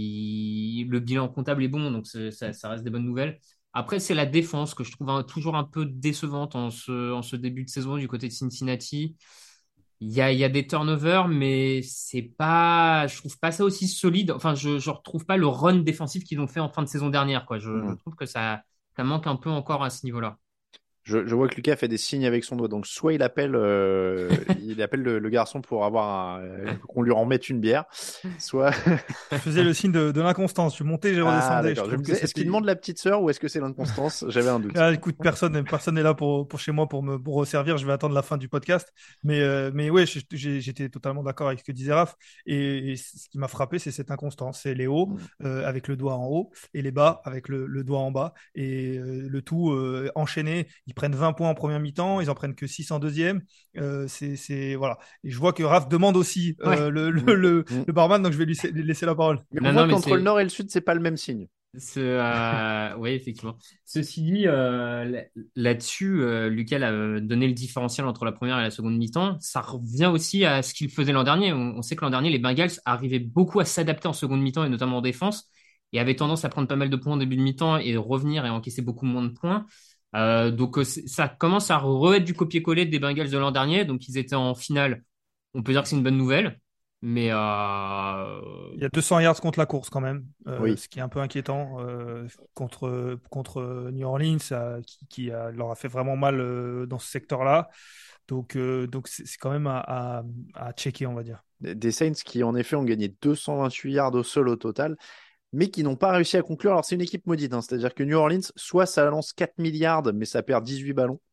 il- le bilan comptable est bon. Donc c'est- ça, ça reste des bonnes nouvelles. Après, c'est la défense que je trouve un- toujours un peu décevante en ce, en ce début de saison du côté de Cincinnati. Il y a, il y a des turnovers, mais c'est pas, je trouve pas ça aussi solide. Enfin, je, je retrouve pas le run défensif qu'ils ont fait en fin de saison dernière, quoi. Je, je Mm. trouve que ça, ça manque un peu encore à ce niveau-là. Je, je vois que Lucas fait des signes avec son doigt. Donc, soit il appelle, euh, il appelle le, le garçon pour avoir un- euh, qu'on lui remette une bière, soit. Je faisais le signe de, de l'inconstance. Je montais, je Ah, redescendais. Je d'accord. Je trouve me que disais, est-ce qu'il c'était. demande la petite sœur ou est-ce que c'est l'inconstance? J'avais un doute. Ah, écoute, personne, personne n'est là pour, pour chez moi pour me pour resservir. Je vais attendre la fin du podcast. Mais, euh, mais ouais, j'ai- j'ai- j'étais totalement d'accord avec ce que disait Raph. Et, et ce qui m'a frappé, c'est cette inconstance. C'est les hauts euh, avec le doigt en haut et les bas avec le, le doigt en bas. Et euh, le tout euh, enchaîné. Ils prennent vingt points en première mi-temps. Ils en prennent que six en deuxième. Euh, c'est, c'est, voilà. Et je vois que Raph demande aussi euh, Ouais. le, le, le, Mm. le barman. Donc je vais lui sa- lui laisser la parole. Mais Non, on voit non, mais qu'entre c'est- le nord et le sud, c'est pas le même signe. Ce, euh, oui, effectivement. Ceci dit, euh, là- là-dessus, euh, Lucas a donné le différentiel entre la première et la seconde mi-temps. Ça revient aussi à ce qu'il faisait l'an dernier. On, on sait que l'an dernier, les Bengals arrivaient beaucoup à s'adapter en seconde mi-temps et notamment en défense et avaient tendance à prendre pas mal de points en début de mi-temps et revenir et encaisser beaucoup moins de points. Euh, donc, euh, c'est- ça commence à re-être du copier-coller des Bengals de l'an dernier. Donc, ils étaient en finale. On peut dire que c'est une bonne nouvelle. Mais euh, Il y a deux cents yards contre la course quand même, euh, Oui. ce qui est un peu inquiétant euh, contre, contre New Orleans, ça, qui, qui a- leur a fait vraiment mal euh, dans ce secteur-là. Donc, euh, donc c'est c'est quand même à, à, à checker, on va dire. Des des Saints qui, en effet, ont gagné deux cent vingt-huit yards au sol au total, mais qui n'ont pas réussi à conclure. Alors, c'est une équipe maudite, hein. C'est-à-dire que New Orleans, soit ça lance quatre milliards, mais ça perd dix-huit ballons.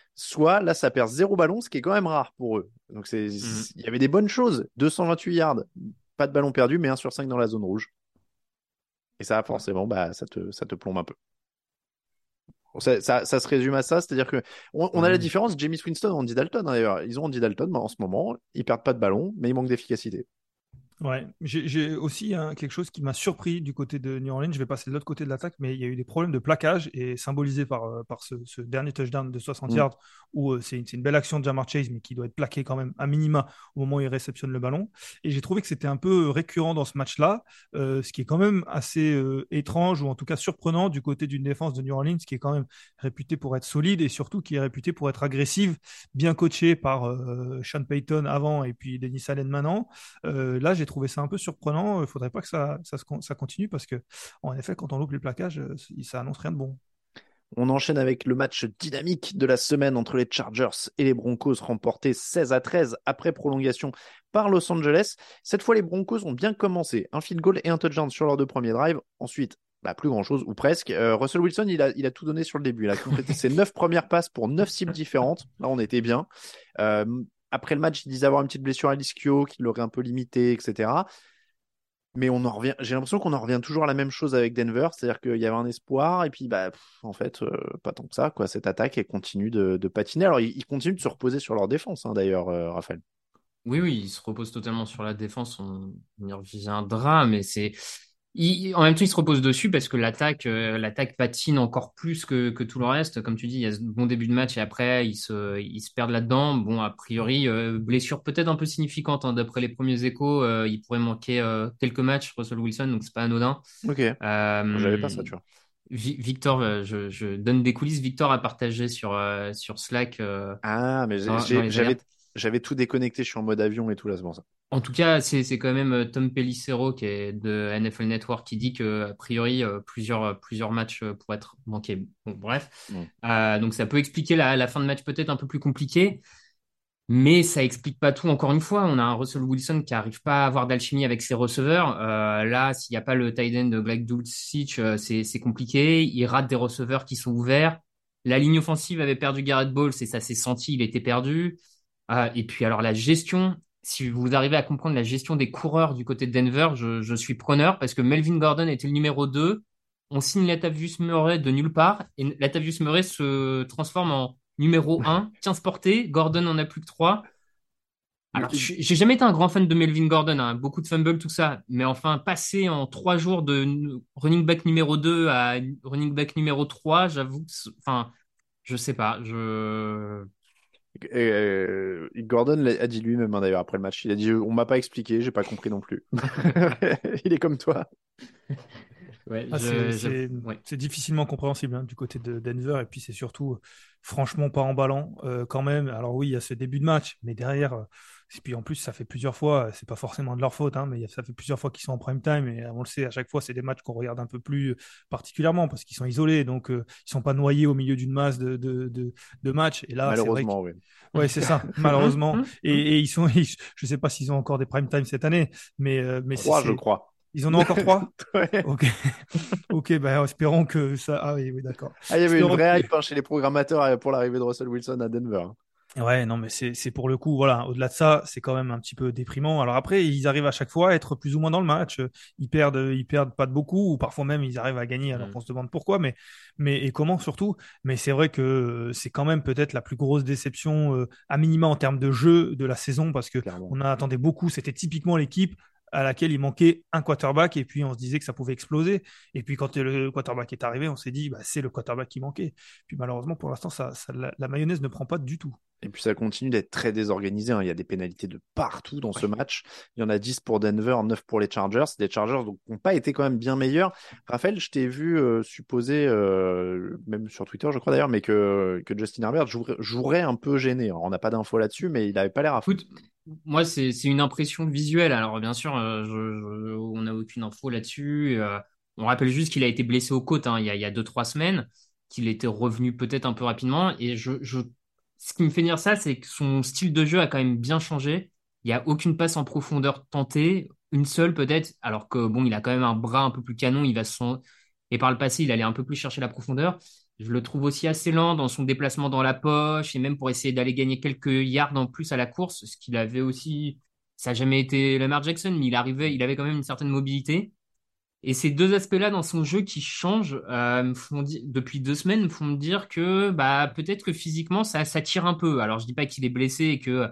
soit là, ça perd zéro ballon, ce qui est quand même rare pour eux. Donc, c'est, Mhm. il y avait des bonnes choses. deux cent vingt-huit yards, pas de ballon perdu, mais un sur cinq dans la zone rouge. Et ça, forcément, bah, ça te, ça te plombe un peu. Bon, Ça, ça, ça se résume à ça, c'est-à-dire que on, on a la Ouais. différence, James Winston, Andy Dalton, hein, d'ailleurs. Ils ont Andy Dalton en ce moment, ils perdent pas de ballon, mais ils manquent d'efficacité. Ouais, j'ai j'ai aussi hein, quelque chose qui m'a surpris du côté de New Orleans. Je vais passer de l'autre côté de l'attaque, mais il y a eu des problèmes de plaquage et symbolisé par, euh, par ce, ce dernier touchdown de soixante Mm. yards où euh, c'est une, c'est une belle action de Jamar Chase, mais qui doit être plaqué quand même à minima au moment où il réceptionne le ballon. Et j'ai trouvé que c'était un peu récurrent dans ce match-là, euh, ce qui est quand même assez euh, étrange ou en tout cas surprenant du côté d'une défense de New Orleans qui est quand même réputée pour être solide et surtout qui est réputée pour être agressive, bien coachée par euh, Sean Payton avant et puis Dennis Allen maintenant. Euh, là, j'ai trouvé ça un peu surprenant. Il ne faudrait pas que ça, ça, se con- ça continue parce que, en effet, quand on loupe les plaquages, euh, ça annonce rien de bon. On enchaîne avec le match dynamique de la semaine entre les Chargers et les Broncos, remporté seize à treize après prolongation par Los Angeles. Cette fois, les Broncos ont bien commencé. Un field goal et un touchdown sur leurs deux premiers drives. Ensuite, bah, plus grand-chose, ou presque. Euh, Russell Wilson, il a, il a tout donné sur le début. Il a complété ses neuf premières passes pour neuf cibles différentes. Là, on était bien. Euh, après le match, il disait avoir une petite blessure à l'ischio, qu'il l'aurait un peu limité, et cetera. Mais on en revient, j'ai l'impression qu'on en revient toujours à la même chose avec Denver, c'est-à-dire qu'il y avait un espoir, et puis bah, pff, en fait, euh, pas tant que ça, quoi. Cette attaque, elle continue de, de patiner. Alors, ils, ils continuent de se reposer sur leur défense, hein, d'ailleurs, euh, Raphaël. Oui, oui, il se repose totalement sur la défense. On, on y reviendra, mais c'est il- en même temps, il se repose dessus parce que l'attaque, euh, l'attaque patine encore plus que, que tout le reste. Comme tu dis, il y a ce bon début de match et après, ils se, ils se perdent là-dedans. Bon, a priori, euh, blessure peut-être un peu significante, hein, d'après les premiers échos. Euh, il pourrait manquer euh, quelques matchs, Russell Wilson, donc c'est pas anodin. Ok, j'avais pas Euh, ça, tu vois. Vi- Victor, euh, je, je donne des coulisses. Victor a partagé sur, euh, sur Slack euh, Ah, mais j'ai- dans, dans j'ai- les j'avais, alertes. j'avais tout déconnecté, je suis en mode avion et tout, là, c'est bon ça. En tout cas, c'est c'est quand même euh, Tom Pelissero qui est de N F L Network qui dit que a priori euh, plusieurs euh, plusieurs matchs euh, pourraient être manqués. Bon, bref, Mm. Euh, donc ça peut expliquer la, la fin de match peut-être un peu plus compliquée, mais ça explique pas tout. Encore une fois, on a un Russell Wilson qui arrive pas à avoir d'alchimie avec ses receveurs. Euh, là, s'il y a pas le tight end de Greg Dulcich, euh, c'est c'est compliqué. Il rate des receveurs qui sont ouverts. La ligne offensive avait perdu Garrett Bowles et ça s'est senti, il était perdu. Ah, et puis alors la gestion, si vous arrivez à comprendre la gestion des coureurs du côté de Denver, je, je suis preneur parce que Melvin Gordon était le numéro deux. On signe Latavius Murray de nulle part et Latavius Murray se transforme en numéro un, quinze portées. Gordon en a plus que trois. Alors, je- j'ai jamais été un grand fan de Melvin Gordon, hein, beaucoup de fumbles, tout ça. Mais enfin, passer en trois jours de n- running back numéro deux à running back numéro trois, j'avoue que, c'est- enfin, je sais pas, je, Euh, Gordon l'a- a dit lui-même, hein, d'ailleurs, après le match. Il a dit, on m'a pas expliqué, j'ai pas compris non plus. Il est comme toi. ouais, Ah, c'est je, j'avoue- c'est- ouais. c'est difficilement compréhensible hein, du côté de Denver. Et puis, c'est surtout, euh, franchement, pas emballant euh, quand même. Alors, oui, il y a ce début de match, mais derrière, euh, et puis en plus, ça fait plusieurs fois, euh, c'est pas forcément de leur faute, hein, mais il y a- ça fait plusieurs fois qu'ils sont en prime time. Et euh, on le sait, à chaque fois, c'est des matchs qu'on regarde un peu plus euh, particulièrement parce qu'ils sont isolés. Donc, euh, ils sont pas noyés au milieu d'une masse de, de, de, de matchs. Et là, c'est vrai que. Malheureusement, oui. Ouais, c'est ça, malheureusement. Et, et ils sont, ils- je sais pas s'ils ont encore des prime time cette année, mais, euh, mais c'est, Trois, je c'est- crois. ils en ont encore trois? Ouais. Ok, ok, ben espérons que ça. Ah oui, oui, d'accord. Ah, il y avait une Espérons vraie que- hype hein, chez les programmateurs euh, pour l'arrivée de Russell Wilson à Denver. Hein. Ouais, non, mais c'est c'est pour le coup, voilà. Au-delà de ça, c'est quand même un petit peu déprimant. Alors après, ils arrivent à chaque fois à être plus ou moins dans le match. Ils perdent, ils perdent pas de beaucoup, ou parfois même ils arrivent à gagner. Alors Mm. qu'on se demande pourquoi, mais mais et comment surtout. Mais c'est vrai que euh, c'est quand même peut-être la plus grosse déception euh, à minima en termes de jeu de la saison parce que Clairement. on en attendait beaucoup. C'était typiquement l'équipe à laquelle il manquait un quarterback et puis on se disait que ça pouvait exploser. Et puis quand le quarterback est arrivé, on s'est dit bah, c'est le quarterback qui manquait. Puis malheureusement pour l'instant ça, ça la, la mayonnaise ne prend pas du tout. Et puis ça continue d'être très désorganisé. Hein. Il y a des pénalités de partout dans ce match. Il y en a dix pour Denver, neuf pour les Chargers. Des Chargers donc n'ont pas été quand même bien meilleurs. Raphaël, je t'ai vu euh, supposer, euh, même sur Twitter, je crois d'ailleurs, mais que, que Justin Herbert jouerait, jouerait un peu gêné. Alors, on n'a pas d'infos là-dessus, mais il n'avait pas l'air à fond. Écoute, moi, c'est c'est une impression visuelle. Alors, bien sûr, euh, je, je- on n'a aucune info là-dessus. Euh, on rappelle juste qu'il a été blessé aux côtes hein, il y a, il y a deux, trois semaines, qu'il était revenu peut-être un peu rapidement. Et je, je, ce qui me fait dire ça, c'est que son style de jeu a quand même bien changé. Il n'y a aucune passe en profondeur tentée, une seule peut-être, alors que bon, il a quand même un bras un peu plus canon. Il va son... Et par le passé, il allait un peu plus chercher la profondeur. Je le trouve aussi assez lent dans son déplacement dans la poche et même pour essayer d'aller gagner quelques yards en plus à la course, ce qu'il avait aussi. Ça n'a jamais été Lamar Jackson, mais il arrivait, il avait quand même une certaine mobilité. Et ces deux aspects-là dans son jeu qui changent euh, me font di- depuis deux semaines me font me dire que bah peut-être que physiquement ça, ça tire un peu. Alors je dis pas qu'il est blessé et que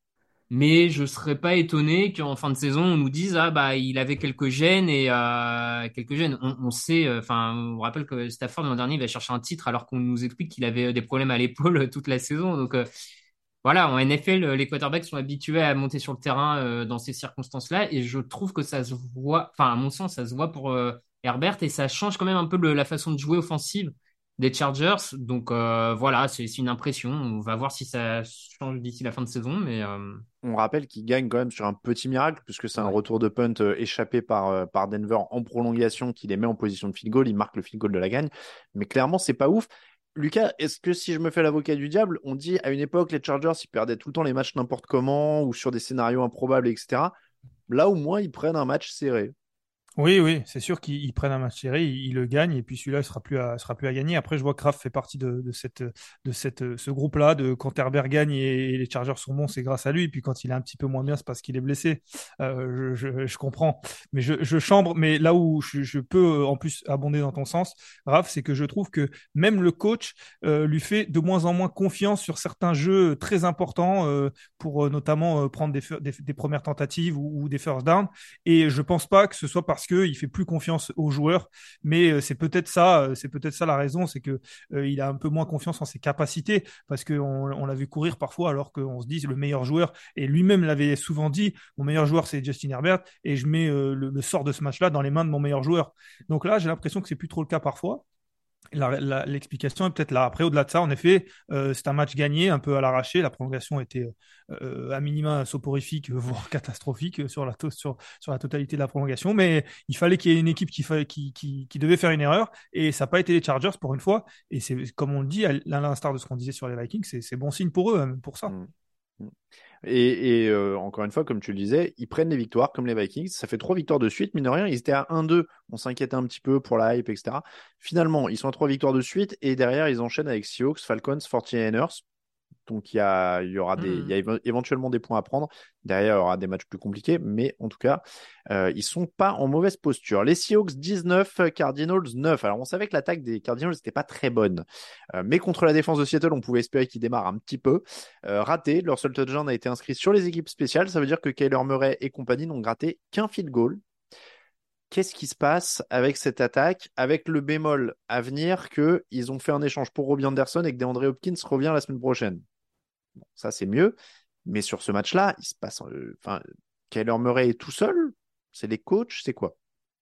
mais je serais pas étonné qu'en fin de saison, on nous dise, ah, bah, il avait quelques gènes et, euh, quelques gènes. On, on sait, euh, enfin, on rappelle que Stafford, l'an dernier, il va chercher un titre alors qu'on nous explique qu'il avait des problèmes à l'épaule euh, toute la saison. Donc, euh, voilà, en N F L, euh, les quarterbacks sont habitués à monter sur le terrain, euh, dans ces circonstances-là et je trouve que ça se voit, enfin, à mon sens, ça se voit pour, euh, Herbert et ça change quand même un peu le- la façon de jouer offensive des Chargers. Donc, euh, voilà, c'est c'est une impression. On va voir si ça change d'ici la fin de saison, mais, euh, On rappelle qu'il gagne quand même sur un petit miracle, puisque c'est un ouais. retour de punt euh, échappé par, euh, par Denver en prolongation qui les met en position de field goal. Il marque le field goal de la gagne. Mais clairement, c'est pas ouf. Lucas, est-ce que si je me fais l'avocat du diable, on dit à une époque, les Chargers, ils perdaient tout le temps les matchs n'importe comment ou sur des scénarios improbables, et cetera. Là, au moins, ils prennent un match serré. Oui, oui, c'est sûr qu'ils ils prennent un match serré, ils, ils le gagnent et puis celui-là, il sera plus à, sera plus à gagner. Après, je vois que Kraft fait partie de, de cette, de cette, ce groupe-là. De quand Herbert gagne et, et les Chargers sont bons, c'est grâce à lui. Et puis quand il est un petit peu moins bien, c'est parce qu'il est blessé. Euh, je, je, je comprends, mais je, je chambre. Mais là où je, je peux euh, en plus abonder dans ton sens, Raph, c'est que je trouve que même le coach euh, lui fait de moins en moins confiance sur certains jeux très importants euh, pour euh, notamment euh, prendre des, des, des premières tentatives ou, ou des first downs. Et je pense pas que ce soit parce que il fait plus confiance aux joueurs, mais euh, c'est peut-être ça, euh, c'est peut-être ça la raison, c'est que euh, il a un peu moins confiance en ses capacités parce que on, on l'a vu courir parfois alors qu'on se dit le meilleur joueur et lui-même l'avait souvent dit, mon meilleur joueur c'est Justin Herbert et je mets euh, le, le sort de ce match-là dans les mains de mon meilleur joueur. Donc là, j'ai l'impression que c'est plus trop le cas parfois. La- la- L'explication est peut-être là. Après, au-delà de ça, en effet, euh, c'est un match gagné, un peu à l'arraché. La prolongation était euh, à minima soporifique, voire catastrophique sur la, to- sur, sur la totalité de la prolongation. Mais il fallait qu'il y ait une équipe qui, fa- qui, qui, qui devait faire une erreur. Et ça n'a pas été les Chargers pour une fois. Et c'est comme on le dit, à l'instar de ce qu'on disait sur les Vikings, c'est c'est bon signe pour eux, hein, pour ça. Mm. Mm. Et, et euh, encore une fois, comme tu le disais, ils prennent les victoires comme les Vikings. Ça fait trois victoires de suite, mine de rien. Ils étaient à un deux. On s'inquiétait un petit peu pour la hype, et cetera. Finalement, ils sont à trois victoires de suite. Et derrière, ils enchaînent avec Seahawks, Falcons, forty-niners. Donc il y, a, il y aura des, il y a Hmm. éve- éventuellement des points à prendre. Derrière, il y aura des matchs plus compliqués, mais en tout cas, euh, ils sont pas en mauvaise posture. Les Seahawks dix-neuf, Cardinals neuf. Alors on savait que l'attaque des Cardinals n'était pas très bonne, Euh, mais contre la défense de Seattle, on pouvait espérer qu'ils démarrent un petit peu. Euh, raté, leur seul touchdown a été inscrit sur les équipes spéciales. Ça veut dire que Kyler Murray et compagnie n'ont gratté qu'un field goal. Qu'est-ce qui se passe avec cette attaque, avec le bémol à venir qu'ils ont fait un échange pour Robbie Anderson et que DeAndre Hopkins revient la semaine prochaine? Bon, ça, c'est mieux. Mais sur ce match-là, il se passe. euh, Enfin, Kyler Murray est tout seul. C'est les coachs, c'est quoi?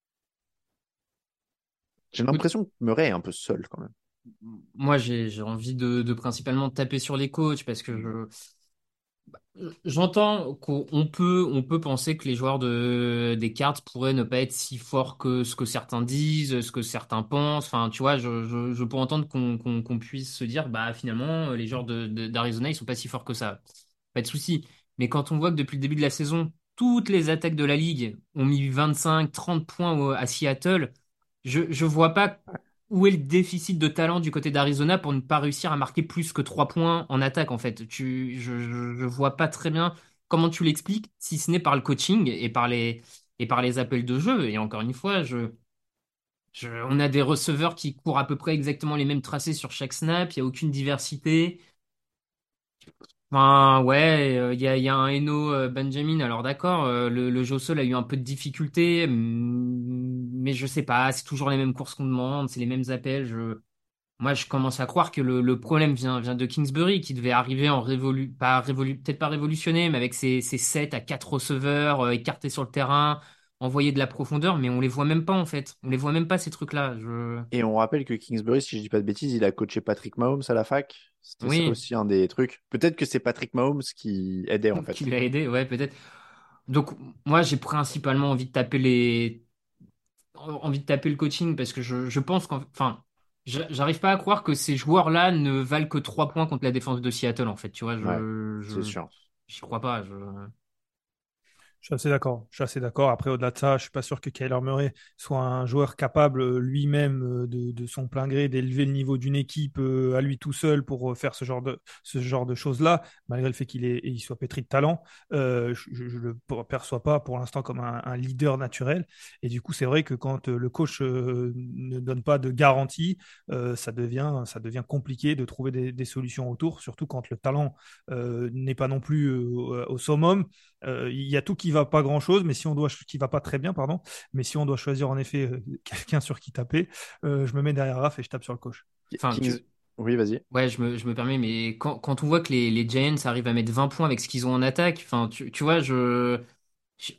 J'ai Écoute, l'impression que Murray est un peu seul quand même. moi, j'ai j'ai envie de, de principalement taper sur les coachs parce que je, j'entends qu'on on peut, on peut penser que les joueurs de, des cartes pourraient ne pas être si forts que ce que certains disent, ce que certains pensent. Enfin, tu vois, je, je, je peux entendre qu'on qu'on, qu'on puisse se dire, bah finalement, les joueurs de, de- d'Arizona, ils sont pas si forts que ça. Pas de souci. Mais quand on voit que depuis le début de la saison, toutes les attaques de la ligue ont mis vingt-cinq, trente points au- à Seattle, je, je vois pas où est le déficit de talent du côté d'Arizona pour ne pas réussir à marquer plus que trois points en attaque, en fait. Tu, je, je, je vois pas très bien comment tu l'expliques, si ce n'est par le coaching et par les, et par les appels de jeu. Et encore une fois, je, je, on a des receveurs qui courent à peu près exactement les mêmes tracés sur chaque snap, il n'y a aucune diversité. Enfin, ouais, euh, il y a, il y a un Eno euh, Benjamin, alors d'accord, euh, le, le jeu au sol a eu un peu de difficulté, hum, mais je sais pas, c'est toujours les mêmes courses qu'on demande, c'est les mêmes appels. Je, moi, je commence à croire que le, le problème vient, vient de Kingsbury, qui devait arriver en révolu, pas révolu, peut-être pas révolutionné, mais avec ses, ses sept à quatre receveurs, euh, écartés sur le terrain, envoyer de la profondeur, mais on les voit même pas, en fait. On les voit même pas, ces trucs-là. Je... Et on rappelle que Kingsbury, si je dis pas de bêtises, il a coaché Patrick Mahomes à la fac. C'était ça Oui, aussi un des trucs. Peut-être que c'est Patrick Mahomes qui aidait en qui fait. l'a aidé, ouais, peut-être. Donc, moi, j'ai principalement envie de taper les, envie de taper le coaching parce que je, je pense qu'en, enfin, j'a- j'arrive pas à croire que ces joueurs-là ne valent que trois points contre la défense de Seattle, en fait. Tu vois, Ouais, je, c'est je, sûr. j'y crois pas. Je... Je suis assez d'accord. Je suis assez d'accord. Après, au-delà de ça, je suis pas sûr que Kyler Murray soit un joueur capable euh, lui-même euh, de, de son plein gré d'élever le niveau d'une équipe euh, à lui tout seul pour euh, faire ce genre de ce genre de choses-là, malgré le fait qu'il est il soit pétri de talent. Euh, je, je, le perçois pas pour l'instant comme un, un leader naturel. Et du coup, c'est vrai que quand euh, le coach euh, ne donne pas de garantie, euh, ça devient ça devient compliqué de trouver des, des solutions autour, surtout quand le talent euh, n'est pas non plus euh, au summum. Euh, il y a tout qui va pas grand-chose, mais si on doit qui va pas très bien, pardon. Mais si on doit choisir en effet euh, quelqu'un sur qui taper, euh, je me mets derrière Raph et je tape sur le coach. Enfin, Kings. tu... Oui, vas-y. Ouais, je me, je me permets, mais quand, quand on voit que les, les Giants arrivent à mettre vingt points avec ce qu'ils ont en attaque, enfin, tu, tu vois, je, je,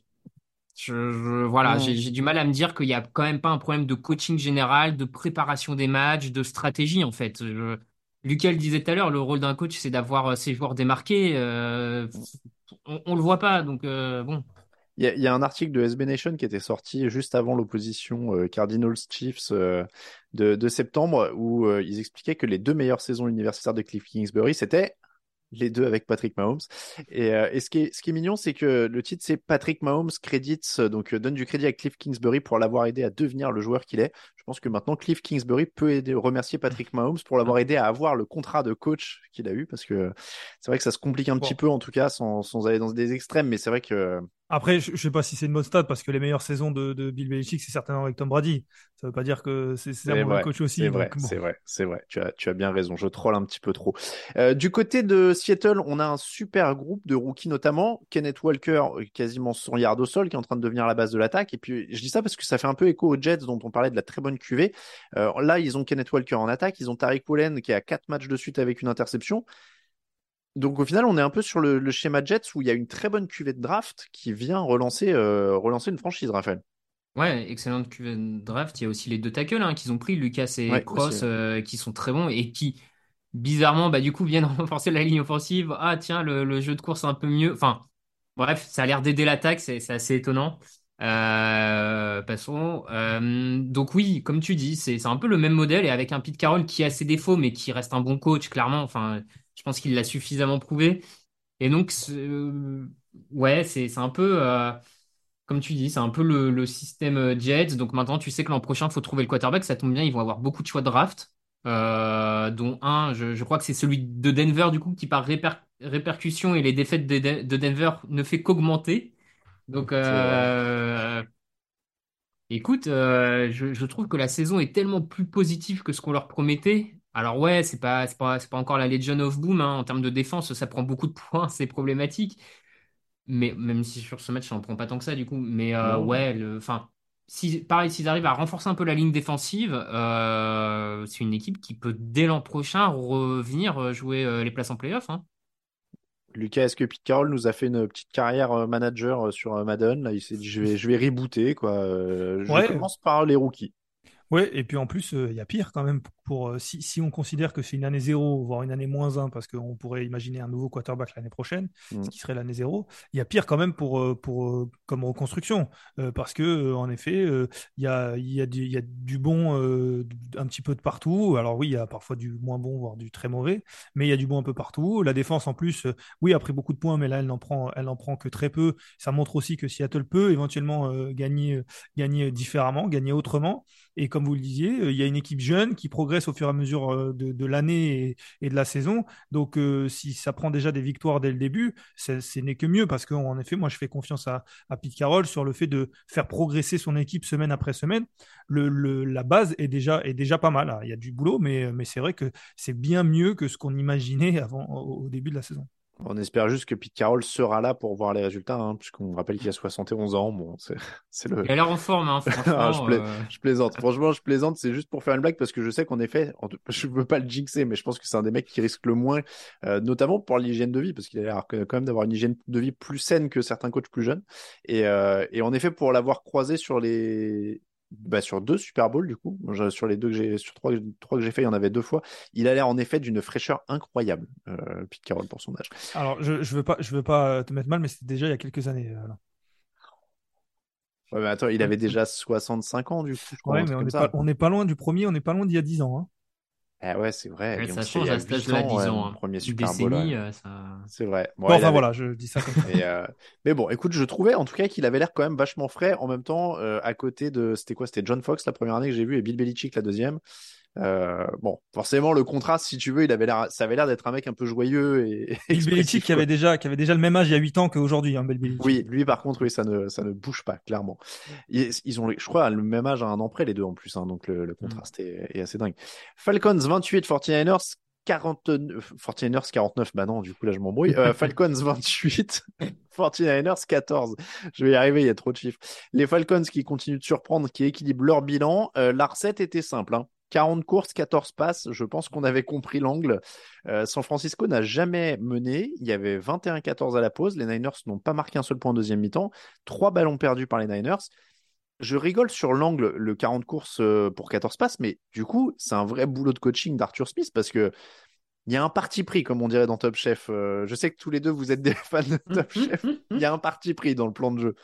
je- je- voilà, j'ai, Hmm. j'ai du mal à me dire qu'il y a quand même pas un problème de coaching général, de préparation des matchs, de stratégie, en fait. Je, Lucas le disait tout à l'heure, le rôle d'un coach, c'est d'avoir euh, ses joueurs démarqués. Euh, on, on le voit pas, donc euh, bon. Il y, a, il y a un article de S B Nation qui était sorti juste avant l'opposition euh, Cardinals-Chiefs euh, de, de septembre où euh, ils expliquaient que les deux meilleures saisons universitaires de Cliff Kingsbury, c'était les deux avec Patrick Mahomes. Et, euh, et ce, qui est, ce qui est mignon, c'est que le titre, c'est Patrick Mahomes credits, donc euh, donne du crédit à Cliff Kingsbury pour l'avoir aidé à devenir le joueur qu'il est. Je pense que maintenant, Cliff Kingsbury peut aider, remercier Patrick Mahomes pour l'avoir aidé à avoir le contrat de coach qu'il a eu, parce que c'est vrai que ça se complique un petit Bon. peu, en tout cas, sans, sans aller dans des extrêmes, mais c'est vrai que Après, je, je sais pas si c'est une bonne stat parce que les meilleures saisons de, de Bill Belichick, c'est certainement avec Tom Brady. Ça veut pas dire que c'est c'est un c'est mauvais vrai, coach c'est aussi. vrai, Donc bon. c'est vrai, c'est vrai. Tu as, tu as bien raison. Je troll un petit peu trop. Euh, du côté de Seattle, on a un super groupe de rookies, notamment Kenneth Walker, euh, quasiment cent yards au sol, qui est en train de devenir la base de l'attaque. Et puis, je dis ça parce que ça fait un peu écho aux Jets, dont on parlait de la très bonne Q V. Euh, là, ils ont Kenneth Walker en attaque. Ils ont Tariq Woolen, qui a quatre matchs de suite avec une interception. Donc, au final, on est un peu sur le, le schéma Jets où il y a une très bonne Q V de draft qui vient relancer, euh, relancer une franchise, Raphaël. Ouais, excellente Q V de draft. Il y a aussi les deux tackles hein, qu'ils ont pris, Lucas et Ouais, aussi. Cross, euh, qui sont très bons et qui, bizarrement, bah, du coup, viennent renforcer la ligne offensive. Ah, tiens, le, le jeu de course un peu mieux. Enfin, bref, ça a l'air d'aider l'attaque, c'est c'est assez étonnant. Euh, passons. Euh, donc, oui, comme tu dis, c'est c'est un peu le même modèle et avec un Pete Carroll qui a ses défauts, mais qui reste un bon coach, clairement. Enfin, je pense qu'il l'a suffisamment prouvé. Et donc, c'est- euh, ouais, c'est c'est un peu. euh, comme tu dis, c'est un peu le, le système euh, Jets. Donc maintenant, tu sais que l'an prochain, il faut trouver le quarterback. Ça tombe bien, ils vont avoir beaucoup de choix de draft. Euh, dont un, je, je crois que c'est celui de Denver, du coup, qui par réper- répercussion et les défaites de, De- de Denver ne fait qu'augmenter. Donc, C'est vrai. euh, écoute, euh, je, je trouve que la saison est tellement plus positive que ce qu'on leur promettait. Alors ouais, c'est pas, c'est pas, c'est pas encore la Legion of Boom, hein. En termes de défense, ça prend beaucoup de points, c'est problématique. Mais même si sur ce match, ça en prend pas tant que ça, du coup. Mais euh, Non. ouais, le, enfin, si, pareil, s'ils arrivent à renforcer un peu la ligne défensive, euh, c'est une équipe qui peut, dès l'an prochain, revenir euh, jouer euh, les places en playoff, hein. Lucas, est-ce que Pete Carroll nous a fait une petite carrière euh, manager euh, sur euh, Madden? Là, il s'est dit, je vais, je vais rebooter, quoi. Euh, je Ouais, commence par les rookies. ouais, et puis en plus, euh, il y a pire quand même pour, pour, euh, si, si on considère que c'est une année zéro, voire une année moins un, parce qu'on pourrait imaginer un nouveau quarterback l'année prochaine, ce Mm. qui serait l'année zéro, il y a pire quand même pour, euh, pour, euh, comme reconstruction, euh, parce que euh, en effet, euh, il y a, il y a du, il y a du bon euh, un petit peu de partout. Alors oui, il y a parfois du moins bon, voire du très mauvais, mais il y a du bon un peu partout. La défense en plus, euh, oui, a pris beaucoup de points, mais là, elle n'en prend, elle n'en prend que très peu. Ça montre aussi que Seattle peut éventuellement euh, gagner, gagner différemment, gagner autrement. Et comme vous le disiez, euh, il y a une équipe jeune qui progresse au fur et à mesure euh, de, de l'année et, et de la saison. Donc, euh, si ça prend déjà des victoires dès le début, c'est- ce n'est que mieux parce qu'en effet, moi, je fais confiance à, à Pete Carroll sur le fait de faire progresser son équipe semaine après semaine. Le, le- la base est déjà, est déjà pas mal. Alors, il y a du boulot, mais, mais c'est vrai que c'est bien mieux que ce qu'on imaginait avant, au, au début de la saison. On espère juste que Pete Carroll sera là pour voir les résultats, hein, puisqu'on rappelle qu'il a soixante et onze ans. Bon, c'est c'est le. Il a l'air en forme, hein, Ah, je, franchement. plais- euh, je plaisante. Franchement, je plaisante. C'est juste pour faire une blague parce que je sais qu'en effet, en tout- je veux pas le jinxer, mais je pense que c'est un des mecs qui risque le moins, euh, notamment pour l'hygiène de vie, parce qu'il a l'air quand même d'avoir une hygiène de vie plus saine que certains coachs plus jeunes. Et, euh, et en effet, pour l'avoir croisé sur les, bah, sur deux Super Bowls du coup, Je- sur les deux que j'ai, sur trois, que- trois que j'ai fait, il y en avait deux fois. Il a l'air en effet d'une fraîcheur incroyable, euh, Pete Carroll pour son âge. Alors, je, je veux pas, je veux pas te mettre mal, mais c'était déjà il y a quelques années. euh, Alain. Ouais, mais attends, il On- avait déjà soixante-cinq ans du coup, je crois, Ouais, un mais truc on comme n'est pas, ça. on n'est pas loin du premier, on n'est pas loin d'il y a dix ans, hein. Ah ouais, c'est vrai. Ouais, Et donc, ça c'était il change y a à cet huit âge-là, ans, dix ouais, ans. mon Hein. premier Une Super Bowl. décennie, Ouais. euh, ça. C'est vrai. Bon, Bon, il enfin avait... voilà, je dis ça comme ça. Et, euh, mais bon, écoute, je trouvais en tout cas qu'il avait l'air quand même vachement frais. En même temps, euh, à côté de, c'était quoi? C'était John Fox la première année que j'ai vu et Bill Belichick la deuxième. Euh, bon, forcément, le contraste, si tu veux, il avait l'air, ça avait l'air d'être un mec un peu joyeux et, et Bill Belichick expressif, qui quoi. avait déjà, qui avait déjà le même âge il y a huit ans qu'aujourd'hui, hein, Bill Belichick. Oui, lui, par contre, oui, ça ne, ça ne bouge pas, clairement. Ils, ils ont, je crois, le même âge à un an près, les deux en plus, hein, donc le, le Mm. contraste est, est assez dingue. Falcons vingt-huit, forty-niners quarante-neuf, forty-niners quarante-neuf, bah non, du coup là je m'embrouille. Euh, Falcons vingt-huit, forty-niners quatorze. Je vais y arriver, il y a trop de chiffres. Les Falcons qui continuent de surprendre, qui équilibrent leur bilan. Euh, la recette était simple, hein. quarante courses, quatorze passes. Je pense qu'on avait compris l'angle. Euh, San Francisco n'a jamais mené. Il y avait vingt et un quatorze à la pause. Les Niners n'ont pas marqué un seul point en deuxième mi-temps. Trois ballons perdus par les Niners. Je rigole sur l'angle, le quarante courses pour quatorze passes, mais du coup, c'est un vrai boulot de coaching d'Arthur Smith parce que il y a un parti pris, comme on dirait dans Top Chef. Euh, je sais que tous les deux, vous êtes des fans de Top Chef. Il y a un parti pris dans le plan de jeu.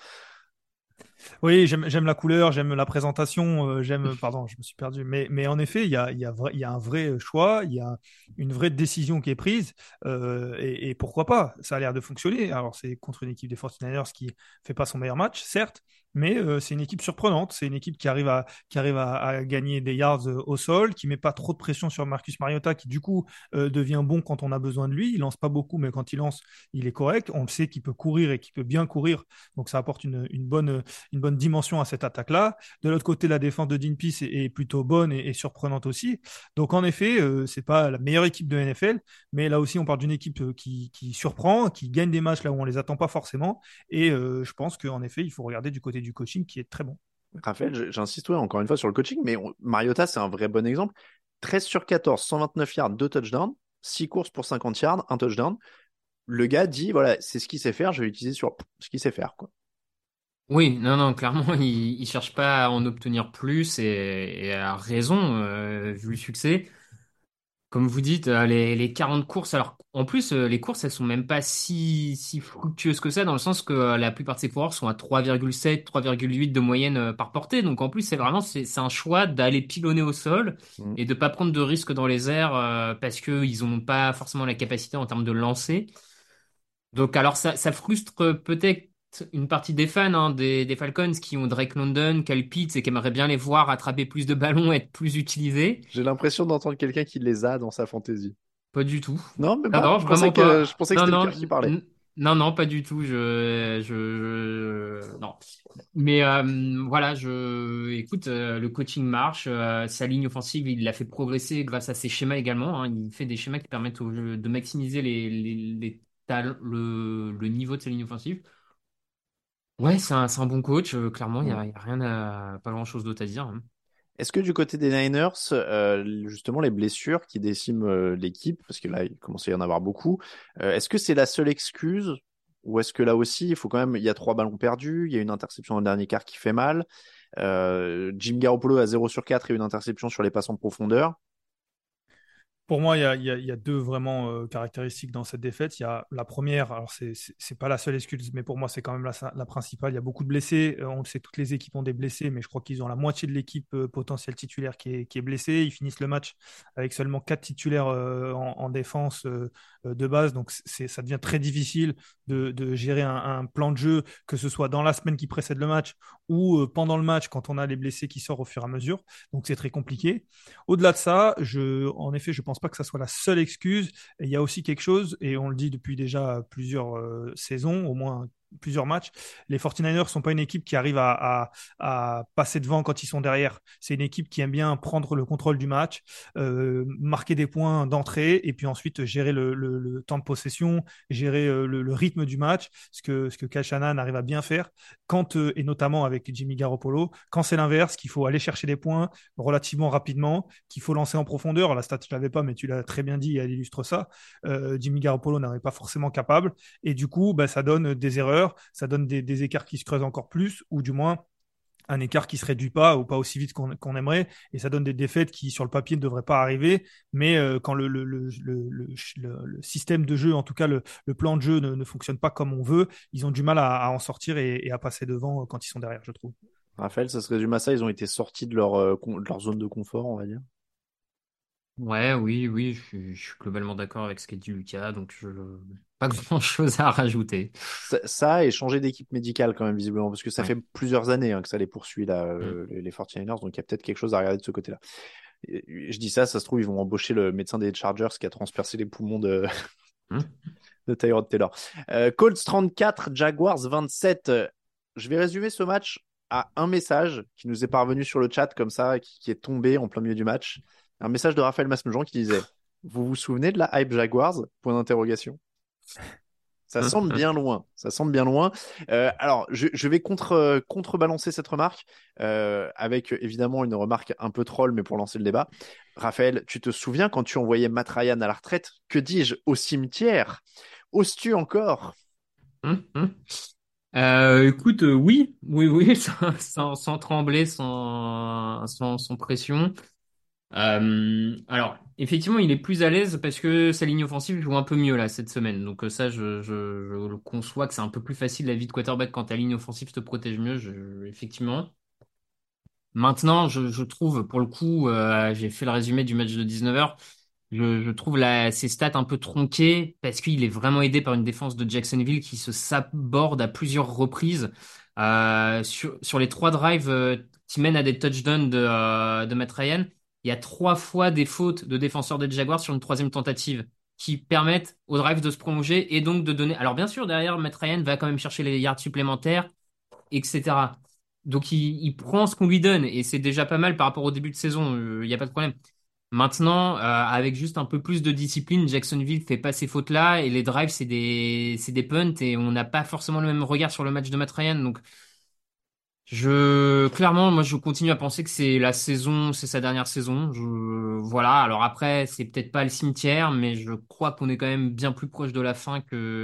Oui, j'aime, j'aime la couleur, j'aime la présentation, euh, j'aime, pardon, je me suis perdu. Mais, mais en effet, il y a, il y a vrai, il y a un vrai choix, il y a une vraie décision qui est prise, euh, et, et pourquoi pas? Ça a l'air de fonctionner. Alors, c'est contre une équipe des forty-niners qui fait pas son meilleur match, certes, mais euh, c'est une équipe surprenante. C'est une équipe qui arrive à, qui arrive à, à gagner des yards euh, au sol, qui met pas trop de pression sur Marcus Mariota, qui du coup euh, devient bon quand on a besoin de lui. Il lance pas beaucoup, mais quand il lance, il est correct. On le sait qu'il peut courir et qu'il peut bien courir, donc ça apporte une, une bonne une bonne dimension à cette attaque-là. De l'autre côté, la défense de Dean Pease est, est plutôt bonne et, et surprenante aussi. Donc en effet, euh, c'est pas la meilleure équipe de N F L, mais là aussi on parle d'une équipe euh, qui, qui surprend, qui gagne des matchs là où on les attend pas forcément. Et euh, je pense qu'en effet, il faut regarder du côté du coaching qui est très bon. Raphaël, je- j'insiste ouais, encore une fois sur le coaching, mais on- Mariota, c'est un vrai bon exemple. treize sur quatorze, cent vingt-neuf yards, deux touchdowns, six courses pour cinquante yards, un touchdown. Le gars dit, voilà, c'est ce qu'il sait faire, je vais l'utiliser sur ce qu'il sait faire, quoi. Oui, non, non, clairement, il, il cherche pas à en obtenir plus et, et a raison, euh, vu le succès. Comme vous dites, euh, les, les quarante courses, alors en plus, euh, les courses, elles sont même pas si, si fructueuses que ça, dans le sens que euh, la plupart de ces coureurs sont à trois virgule sept, trois virgule huit de moyenne euh, par portée. Donc en plus, c'est vraiment c'est, c'est un choix d'aller pilonner au sol Mm. et de pas prendre de risques dans les airs euh, parce que ils ont pas forcément la capacité en termes de lancer. Donc alors ça, ça frustre peut-être une partie des fans hein, des, des Falcons qui ont Drake London, Kyle Pitts et qui aimeraient bien les voir attraper plus de ballons, être plus utilisés. J'ai l'impression d'entendre quelqu'un qui les a dans sa fantaisie. Pas du tout. Non, mais Non, pas. non, Je pensais vraiment que, je pas. pensais que Non, c'était le non, cœur qui parlait. n- non, non, pas du tout. Je, je, je- non. Mais euh, voilà, je, écoute, euh, le coaching marche, euh, sa ligne offensive, il l'a fait progresser grâce à ses schémas également. Hein. Il fait des schémas qui permettent au jeu de maximiser les, les, les talents- le, le niveau de sa ligne offensive. Ouais, c'est un, c'est un bon coach. euh, clairement, il y Mm. a, il y a rien à, pas grand-chose d'autre à dire. Hein. Est-ce que du côté des Niners, euh, justement les blessures qui déciment euh, l'équipe, parce que là il commence à y en avoir beaucoup, euh, est-ce que c'est la seule excuse ou est-ce que là aussi il faut quand même, il y a trois ballons perdus, il y a une interception dans le dernier quart qui fait mal, euh, Jim Garoppolo a zéro sur quatre et une interception sur les passes en profondeur. Pour moi, il y a, il y a- il y a deux vraiment euh, caractéristiques dans cette défaite. Il y a la première, alors c'est c'est c'est pas la seule excuse, mais pour moi c'est quand même la, la principale. Il y a beaucoup de blessés. Euh, on le sait, toutes les équipes ont des blessés, mais je crois qu'ils ont la moitié de l'équipe euh, potentielle titulaire qui est, qui est blessée. Ils finissent le match avec seulement quatre titulaires euh, en, en défense euh, euh, de base, donc c'est ça devient très difficile de, de gérer un, un plan de jeu, que ce soit dans la semaine qui précède le match ou euh, pendant le match quand on a les blessés qui sortent au fur et à mesure. Donc c'est très compliqué. Au-delà de ça, je, en effet, je pense pas que ça soit la seule excuse. Et il y a aussi quelque chose, et on le dit depuis déjà plusieurs euh, saisons, au moins plusieurs matchs, les forty-niners sont pas une équipe qui arrive à, à, à passer devant quand ils sont derrière. C'est une équipe qui aime bien prendre le contrôle du match, euh, marquer des points d'entrée et puis ensuite gérer le, le, le temps de possession, gérer euh, le, le rythme du match, ce que, ce que Kyle Shanahan arrive à bien faire, quand, euh, et notamment avec Jimmy Garoppolo, quand c'est l'inverse, qu'il faut aller chercher des points relativement rapidement, qu'il faut lancer en profondeur. La stat, je l'avais pas, mais tu l'as très bien dit et elle illustre ça. Euh, Jimmy Garoppolo n'en est pas forcément capable. Et du coup, bah, ça donne des erreurs, ça donne des, des écarts qui se creusent encore plus, ou du moins un écart qui se réduit pas ou pas aussi vite qu'on qu'on aimerait, et ça donne des défaites qui sur le papier ne devraient pas arriver, mais euh, quand le, le, le, le, le, le système de jeu, en tout cas le, le plan de jeu ne, ne fonctionne pas comme on veut, ils ont du mal à, à en sortir et, et à passer devant quand ils sont derrière, je trouve. Raphaël, ça se résume à ça, ils ont été sortis de leur, euh, con- de leur zone de confort, on va dire. Ouais, oui, oui, je suis, je suis globalement d'accord avec ce qu'a dit Lucas, donc je pas grand-chose à rajouter. Ça, ça et changer d'équipe médicale quand même visiblement parce que ça Ouais. fait plusieurs années hein, que ça les poursuit là, Mm. euh, les, les forty-niners, donc il y a peut-être quelque chose à regarder de ce côté-là. Et je dis ça, ça se trouve ils vont embaucher le médecin des Chargers qui a transpercé les poumons de, Mm. de Tyrod Taylor. Euh, Colts trente-quatre, Jaguars vingt-sept. Euh, Je vais résumer ce match à un message qui nous est parvenu sur le chat comme ça, qui, qui est tombé en plein milieu du match. Un message de Raphaël Masmejean qui disait: Vous vous souvenez de la hype Jaguars? Point d'interrogation. Ça semble bien loin. Ça semble bien loin. Euh, alors, je, je vais contre, euh, contrebalancer cette remarque euh, avec euh, évidemment une remarque un peu troll, mais pour lancer le débat. Raphaël, tu te souviens quand tu envoyais Matt Ryan à la retraite? Que dis-je? Au cimetière? Oses-tu encore? Mm. Mm. Euh, écoute, euh, oui, oui, oui, sans, sans, sans trembler, sans, sans, sans pression. Euh, alors, effectivement, il est plus à l'aise parce que sa ligne offensive joue un peu mieux là cette semaine. Donc euh, ça, je, je, je le conçois que c'est un peu plus facile la vie de quarterback quand ta ligne offensive te protège mieux. Je- effectivement. Maintenant, je, je trouve, pour le coup, euh, j'ai fait le résumé du match de dix-neuf heures. Je, je trouve la, ses stats un peu tronquées parce qu'il est vraiment aidé par une défense de Jacksonville qui se saborde à plusieurs reprises. Euh, sur, sur les trois drives euh, qui mènent à des touchdowns de, euh, de Matt Ryan, il y a trois fois des fautes de défenseurs des Jaguars sur une troisième tentative qui permettent au drive de se prolonger et donc de donner. Alors bien sûr, derrière, Matt Ryan va quand même chercher les yards supplémentaires, et cetera. Donc il, il prend ce qu'on lui donne et c'est déjà pas mal par rapport au début de saison, il n'y a pas de problème. Maintenant, euh, avec juste un peu plus de discipline, Jacksonville fait pas ces fautes-là et les drives, c'est des, c'est des punts et on n'a pas forcément le même regard sur le match de Matt Ryan. Donc je, clairement, moi je continue à penser que c'est la saison, c'est sa dernière saison. Je, voilà. Alors après, c'est peut-être pas le cimetière, mais je crois qu'on est quand même bien plus proche de la fin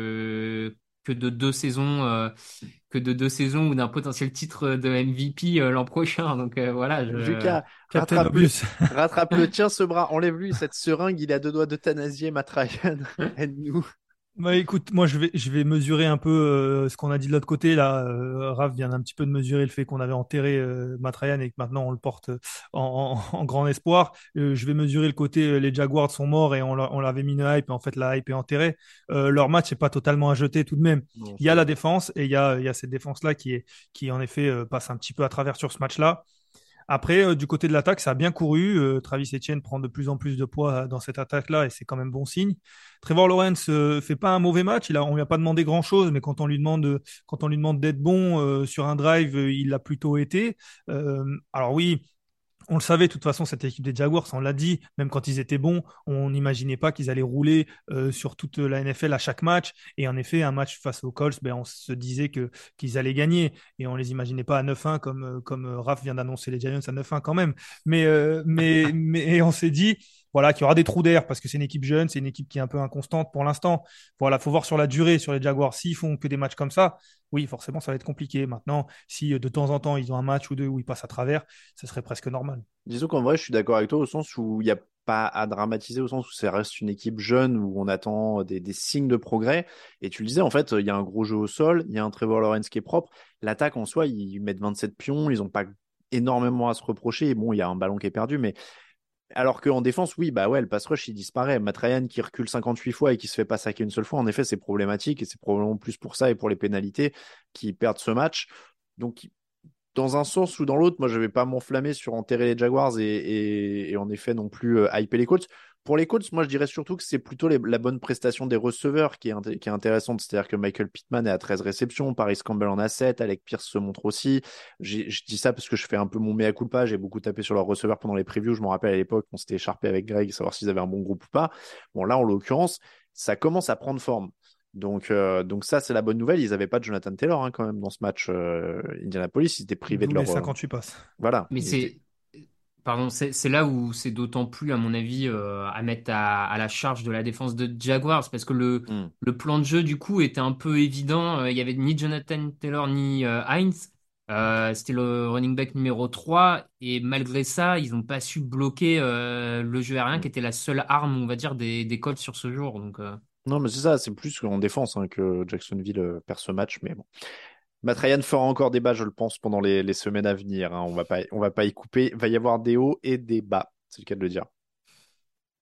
que que de deux saisons. Euh, que de deux saisons ou d'un potentiel titre de M V P euh, l'an prochain. Donc euh, voilà, je... Lucas, Captain rattrape-le. Obvious. Rattrape-le, tiens ce bras, enlève-lui cette seringue, il est à deux doigts d'euthanasier, Matt Ryan. Aide-nous. Bah écoute, moi je vais je vais mesurer un peu euh, ce qu'on a dit de l'autre côté là. Euh, Raph vient un petit peu de mesurer le fait qu'on avait enterré euh, Matt Ryan et que maintenant on le porte euh, en, en- en grand espoir. Euh, je vais mesurer le côté euh, les Jaguars sont morts et on, l'a- on l'avait mis une hype et en fait la hype est enterrée. Euh, leur match n'est pas totalement à jeter tout de même. Non, Il y a c'est la vrai. défense et il y a il y a cette défense là qui est qui en effet euh, passe un petit peu à travers sur ce match-là. Après, euh, du côté de l'attaque, ça a bien couru. Euh, Travis Etienne prend de plus en plus de poids euh, dans cette attaque-là et c'est quand même bon signe. Trevor Lawrence euh, fait pas un mauvais match. Il a, on lui a pas demandé grand-chose, mais quand on lui demande, euh, quand on lui demande d'être bon euh, sur un drive, euh, il l'a plutôt été. Euh, alors oui, on le savait, de toute façon, cette équipe des Jaguars, on l'a dit, même quand ils étaient bons, on n'imaginait pas qu'ils allaient rouler euh, sur toute la N F L à chaque match. Et en effet, un match face aux Colts, ben, on se disait que qu'ils allaient gagner. Et on les imaginait pas à neuf un comme, euh, comme euh, Raph vient d'annoncer les Giants à neuf un quand même. Mais, euh, mais, mais on s'est dit, voilà, qu'il y aura des trous d'air parce que c'est une équipe jeune, c'est une équipe qui est un peu inconstante pour l'instant. Voilà, faut voir sur la durée sur les Jaguars. S'ils font que des matchs comme ça, oui, forcément, ça va être compliqué. Maintenant, si euh, de temps en temps ils ont un match ou deux où ils passent à travers, ce serait presque normal. Disons qu'en vrai, je suis d'accord avec toi au sens où il n'y a pas à dramatiser, au sens où ça reste une équipe jeune, où on attend des, des signes de progrès. Et tu le disais, en fait, il y a un gros jeu au sol, il y a un Trevor Lawrence qui est propre. L'attaque en soi, ils mettent vingt-sept pions, ils n'ont pas énormément à se reprocher. Et bon, il y a un ballon qui est perdu, mais alors qu'en défense, oui, bah ouais, le pass rush, il disparaît. Matt Ryan qui recule cinquante-huit fois et qui se fait pas saquer une seule fois, en effet, c'est problématique et c'est probablement plus pour ça et pour les pénalités qui perdent ce match. Donc, dans un sens ou dans l'autre, moi, je vais pas m'enflammer sur enterrer les Jaguars et, et, et en effet non plus euh, hyper les Colts. Pour les Colts, moi, je dirais surtout que c'est plutôt les- la bonne prestation des receveurs qui est, int- qui est intéressante. C'est-à-dire que Michael Pittman est à treize réceptions, Paris Campbell en a sept, Alec Pierce se montre aussi. J'ai- Je dis ça parce que je fais un peu mon mea culpa. J'ai beaucoup tapé sur leurs receveurs pendant les previews. Je me rappelle à l'époque, on s'était écharpé avec Greg, savoir s'ils avaient un bon groupe ou pas. Bon, là, en l'occurrence, ça commence à prendre forme. Donc, euh, donc ça, c'est la bonne nouvelle. Ils n'avaient pas de Jonathan Taylor hein, quand même dans ce match euh, Indianapolis. Ils étaient privés de D'où les leur. euh, cinquante-huit passes. Voilà. Mais Ils étaient. c'est, pardon, c'est c'est là où c'est d'autant plus, à mon avis, euh, à mettre à, à la charge de la défense de Jaguars, parce que le, Hmm. le plan de jeu, du coup, était un peu évident. Euh, Il y avait ni Jonathan Taylor ni euh, Hines. Euh, c'était le running back numéro trois, et malgré ça, ils n'ont pas su bloquer euh, le jeu aérien, Hmm. qui était la seule arme, on va dire, des, des Colts sur ce jour. Donc, euh, Non, mais c'est ça. C'est plus en défense hein, que Jacksonville euh, perd ce match. Mais bon. Matt Ryan fera encore débat, je le pense, pendant les, les semaines à venir. Hein. On va pas, on va pas y couper. Il va y avoir des hauts et des bas. C'est le cas de le dire.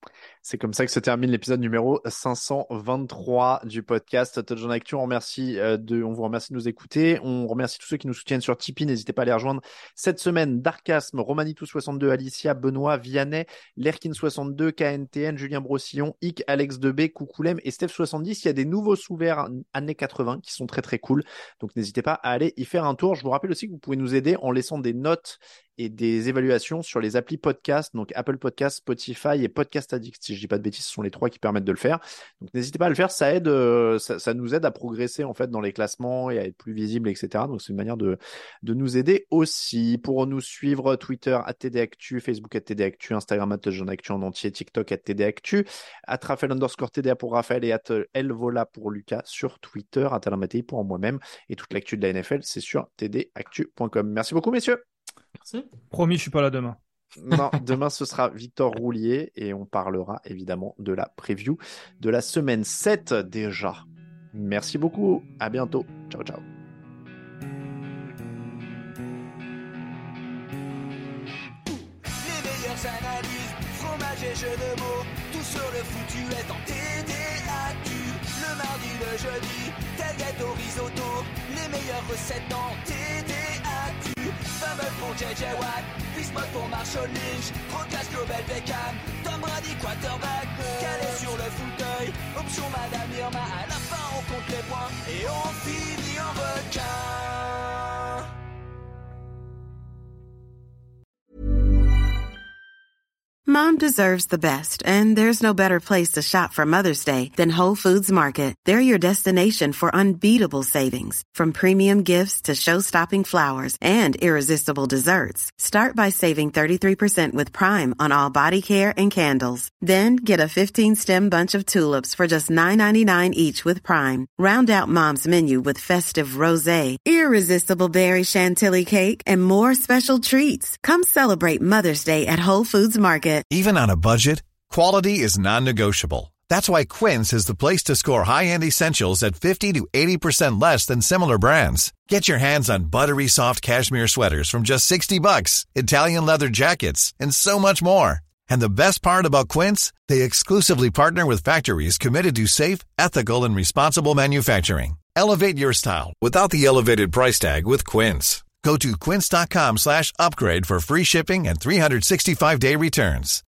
C'est comme ça que se termine l'épisode numéro cinq cent vingt-trois du podcast Touchdown Actu. On remercie euh, de, on vous remercie de nous écouter. On remercie tous ceux qui nous soutiennent sur Tipeee. N'hésitez pas à les rejoindre cette semaine. Darkasme, Romanitou soixante-deux, Alicia, Benoît, Vianney, Lerkin soixante-deux, K N T N, Julien Brossillon, Ic, Alex Debé, Coucoulem et Steph soixante-dix. Il y a des nouveaux sous-verts années quatre-vingts qui sont très très cool. Donc n'hésitez pas à aller y faire un tour. Je vous rappelle aussi que vous pouvez nous aider en laissant des notes et des évaluations sur les applis podcast, donc Apple Podcast, Spotify et Podcast Addict. Si je dis pas de bêtises, ce sont les trois qui permettent de le faire. Donc n'hésitez pas à le faire, ça aide, euh, ça, ça nous aide à progresser en fait dans les classements et à être plus visible, et cetera. Donc c'est une manière de de nous aider aussi. Pour nous suivre, Twitter at T D Actu, Facebook at T D Actu, Instagram at Touchdown Actu en entier, TikTok at T D Actu, at Raphaël underscore T D A pour Raphaël et at Elvola pour Lucas sur Twitter, at Alain Mattei pour moi-même. Et toute l'actu de la N F L, c'est sur t d actu point com. Merci beaucoup, messieurs. Merci. Promis, je suis pas là demain. Non, demain ce sera Victor Roulier et on parlera évidemment de la preview de la semaine sept déjà. Merci beaucoup, à bientôt. Ciao, ciao. Les meilleures analyses, fromage et jeux de mots, tout sur le foutu est en T D Actu. Le mardi, le jeudi, tailgate au risotto, les meilleures recettes en T D Actu. Fumble pour J J Watt, Bismuth pour Marshall Lynch, Rocas Global Beckham, Tom Brady quarterback, calé sur le fauteuil, option Madame Irma, à la fin on compte les points et on finit en requin. Mom deserves the best, and there's no better place to shop for Mother's Day than Whole Foods Market. They're your destination for unbeatable savings, from premium gifts to show-stopping flowers and irresistible desserts. Start by saving thirty-three percent with Prime on all body care and candles. Then get a fifteen-stem bunch of tulips for just nine ninety-nine each with Prime. Round out Mom's menu with festive rosé, irresistible berry chantilly cake, and more special treats. Come celebrate Mother's Day at Whole Foods Market. Even on a budget, quality is non-negotiable. That's why Quince is the place to score high-end essentials at fifty to eighty percent less than similar brands. Get your hands on buttery soft cashmere sweaters from just sixty bucks, Italian leather jackets, and so much more. And the best part about Quince, they exclusively partner with factories committed to safe, ethical, and responsible manufacturing. Elevate your style without the elevated price tag with Quince. Go to quince.com slash upgrade for free shipping and three sixty-five day returns.